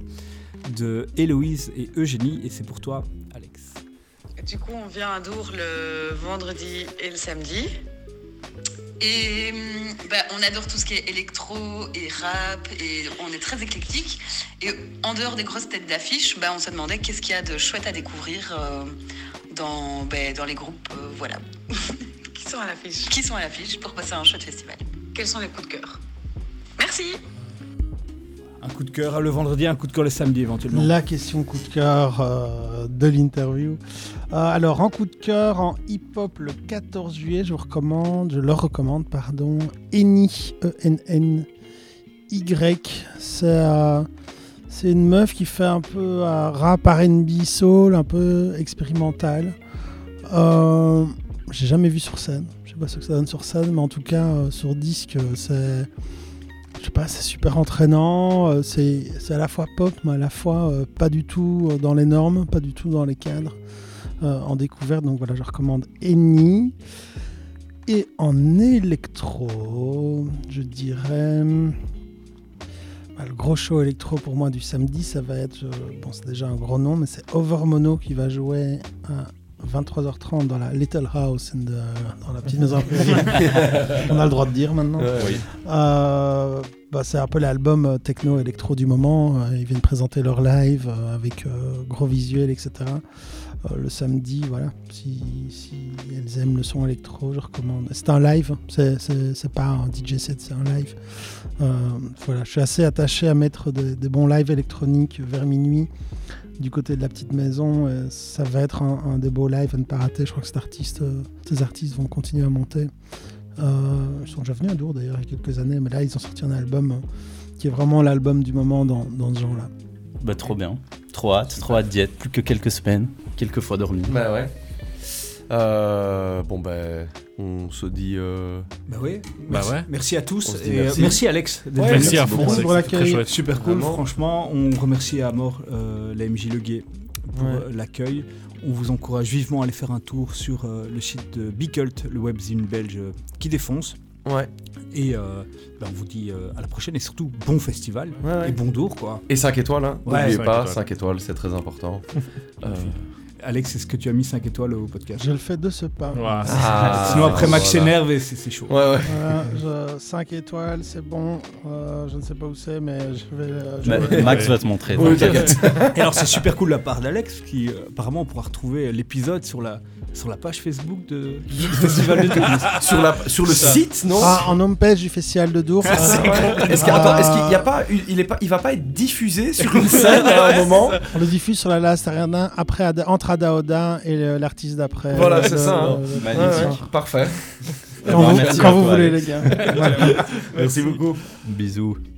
de Héloïse et Eugénie et c'est pour toi, Alex. Du coup, on vient à Dour le vendredi et le samedi. Et hum, bah, on adore tout ce qui est électro et rap et on est très éclectique. Et en dehors des grosses têtes d'affiche, bah, on se demandait qu'est-ce qu'il y a de chouette à découvrir euh, dans, bah, dans les groupes, euh, voilà. Qui sont à l'affiche. Qui sont à l'affiche pour passer un chouette festival. Quels sont les coups de cœur? Merci. Un coup de cœur le vendredi, un coup de cœur le samedi éventuellement. La question coup de cœur euh, de l'interview. Euh, alors en coup de cœur, en hip-hop le quatorze juillet, je vous recommande, je leur recommande, pardon, Enny, E N N Y. C'est, euh, c'est une meuf qui fait un peu euh, rap, R and B, soul, un peu expérimental. Euh, j'ai jamais vu sur scène. Je sais pas ce que ça donne sur scène, mais en tout cas euh, sur disque, c'est... Je sais pas, c'est super entraînant, euh, c'est, c'est à la fois pop, mais à la fois euh, pas du tout euh, dans les normes, pas du tout dans les cadres, euh, en découverte. Donc voilà, je recommande Enny. Et en électro, je dirais... Bah, le gros show électro pour moi du samedi, ça va être... Euh, bon, c'est déjà un gros nom, mais c'est Overmono qui va jouer à vingt-trois heures trente dans la Little House in the, dans la petite maison. On a le droit de dire maintenant. Ouais, oui. euh, bah, c'est un peu l'album techno-électro du moment. Euh, ils viennent présenter leur live euh, avec euh, gros visuels, et cetera. Euh, le samedi, voilà. Si, si elles aiment le son électro, je recommande. C'est un live, c'est, c'est, c'est pas un D J set, c'est un live. Euh, voilà, je suis assez attaché à mettre des, des bons lives électroniques vers minuit. Du côté de la petite maison, euh, ça va être un, un des beaux lives à ne pas rater. Je crois que cet artiste, euh, ces artistes vont continuer à monter. Euh, ils sont déjà venus à Dour d'ailleurs il y a quelques années, mais là ils ont sorti un album euh, qui est vraiment l'album du moment dans, dans ce genre-là. Bah trop bien, trop hâte, trop hâte d'y être. Plus que quelques semaines, quelques fois dormi. Bah ouais. Euh, bon bah on se dit euh... bah oui bah merci, ouais merci à tous et merci. merci. merci Alex ouais, merci, merci à fond pour l'accueil, super cool. Vraiment. Franchement on remercie à mort euh, la M J Le Guet pour ouais. euh, l'accueil. On vous encourage vivement à aller faire un tour sur euh, le site de Bicult, le webzine belge euh, qui défonce. Ouais. Et euh, ben on vous dit euh, à la prochaine et surtout bon festival ouais, ouais. et bon Dour quoi. Et cinq étoiles hein. Ouais, n'oubliez cinq pas étoiles. cinq étoiles c'est très important. euh... Alex, est-ce que tu as mis cinq étoiles au podcast ? Je le fais de ce pas. Ouais, ah, sinon après Max voilà. s'énerve et c'est, c'est chaud. Ouais, ouais. Voilà, je, cinq étoiles, c'est bon. Euh, je ne sais pas où c'est, mais je vais... Je bah, vais... Max va te montrer. Oui, t'inquiète. Et alors c'est super cool de la part d'Alex, qui euh, apparemment on pourra retrouver l'épisode sur la, sur la page Facebook de, du Festival de Dour. sur, la, sur le ça. site, non ? Ah, en home-page du Festival de Dour. Ah, est-ce qu'il, attends, est-ce qu'il y a pas, il est pas, il va pas être diffusé sur une scène à un moment ? On le diffuse sur la Last Arena, après, entre Ada Odin et l'artiste d'après. Voilà, euh, c'est le, ça. Hein. le, Magnifique. Ouais, parfait. Quand, vous, quand vous voulez, les gars. Merci beaucoup. Bisous.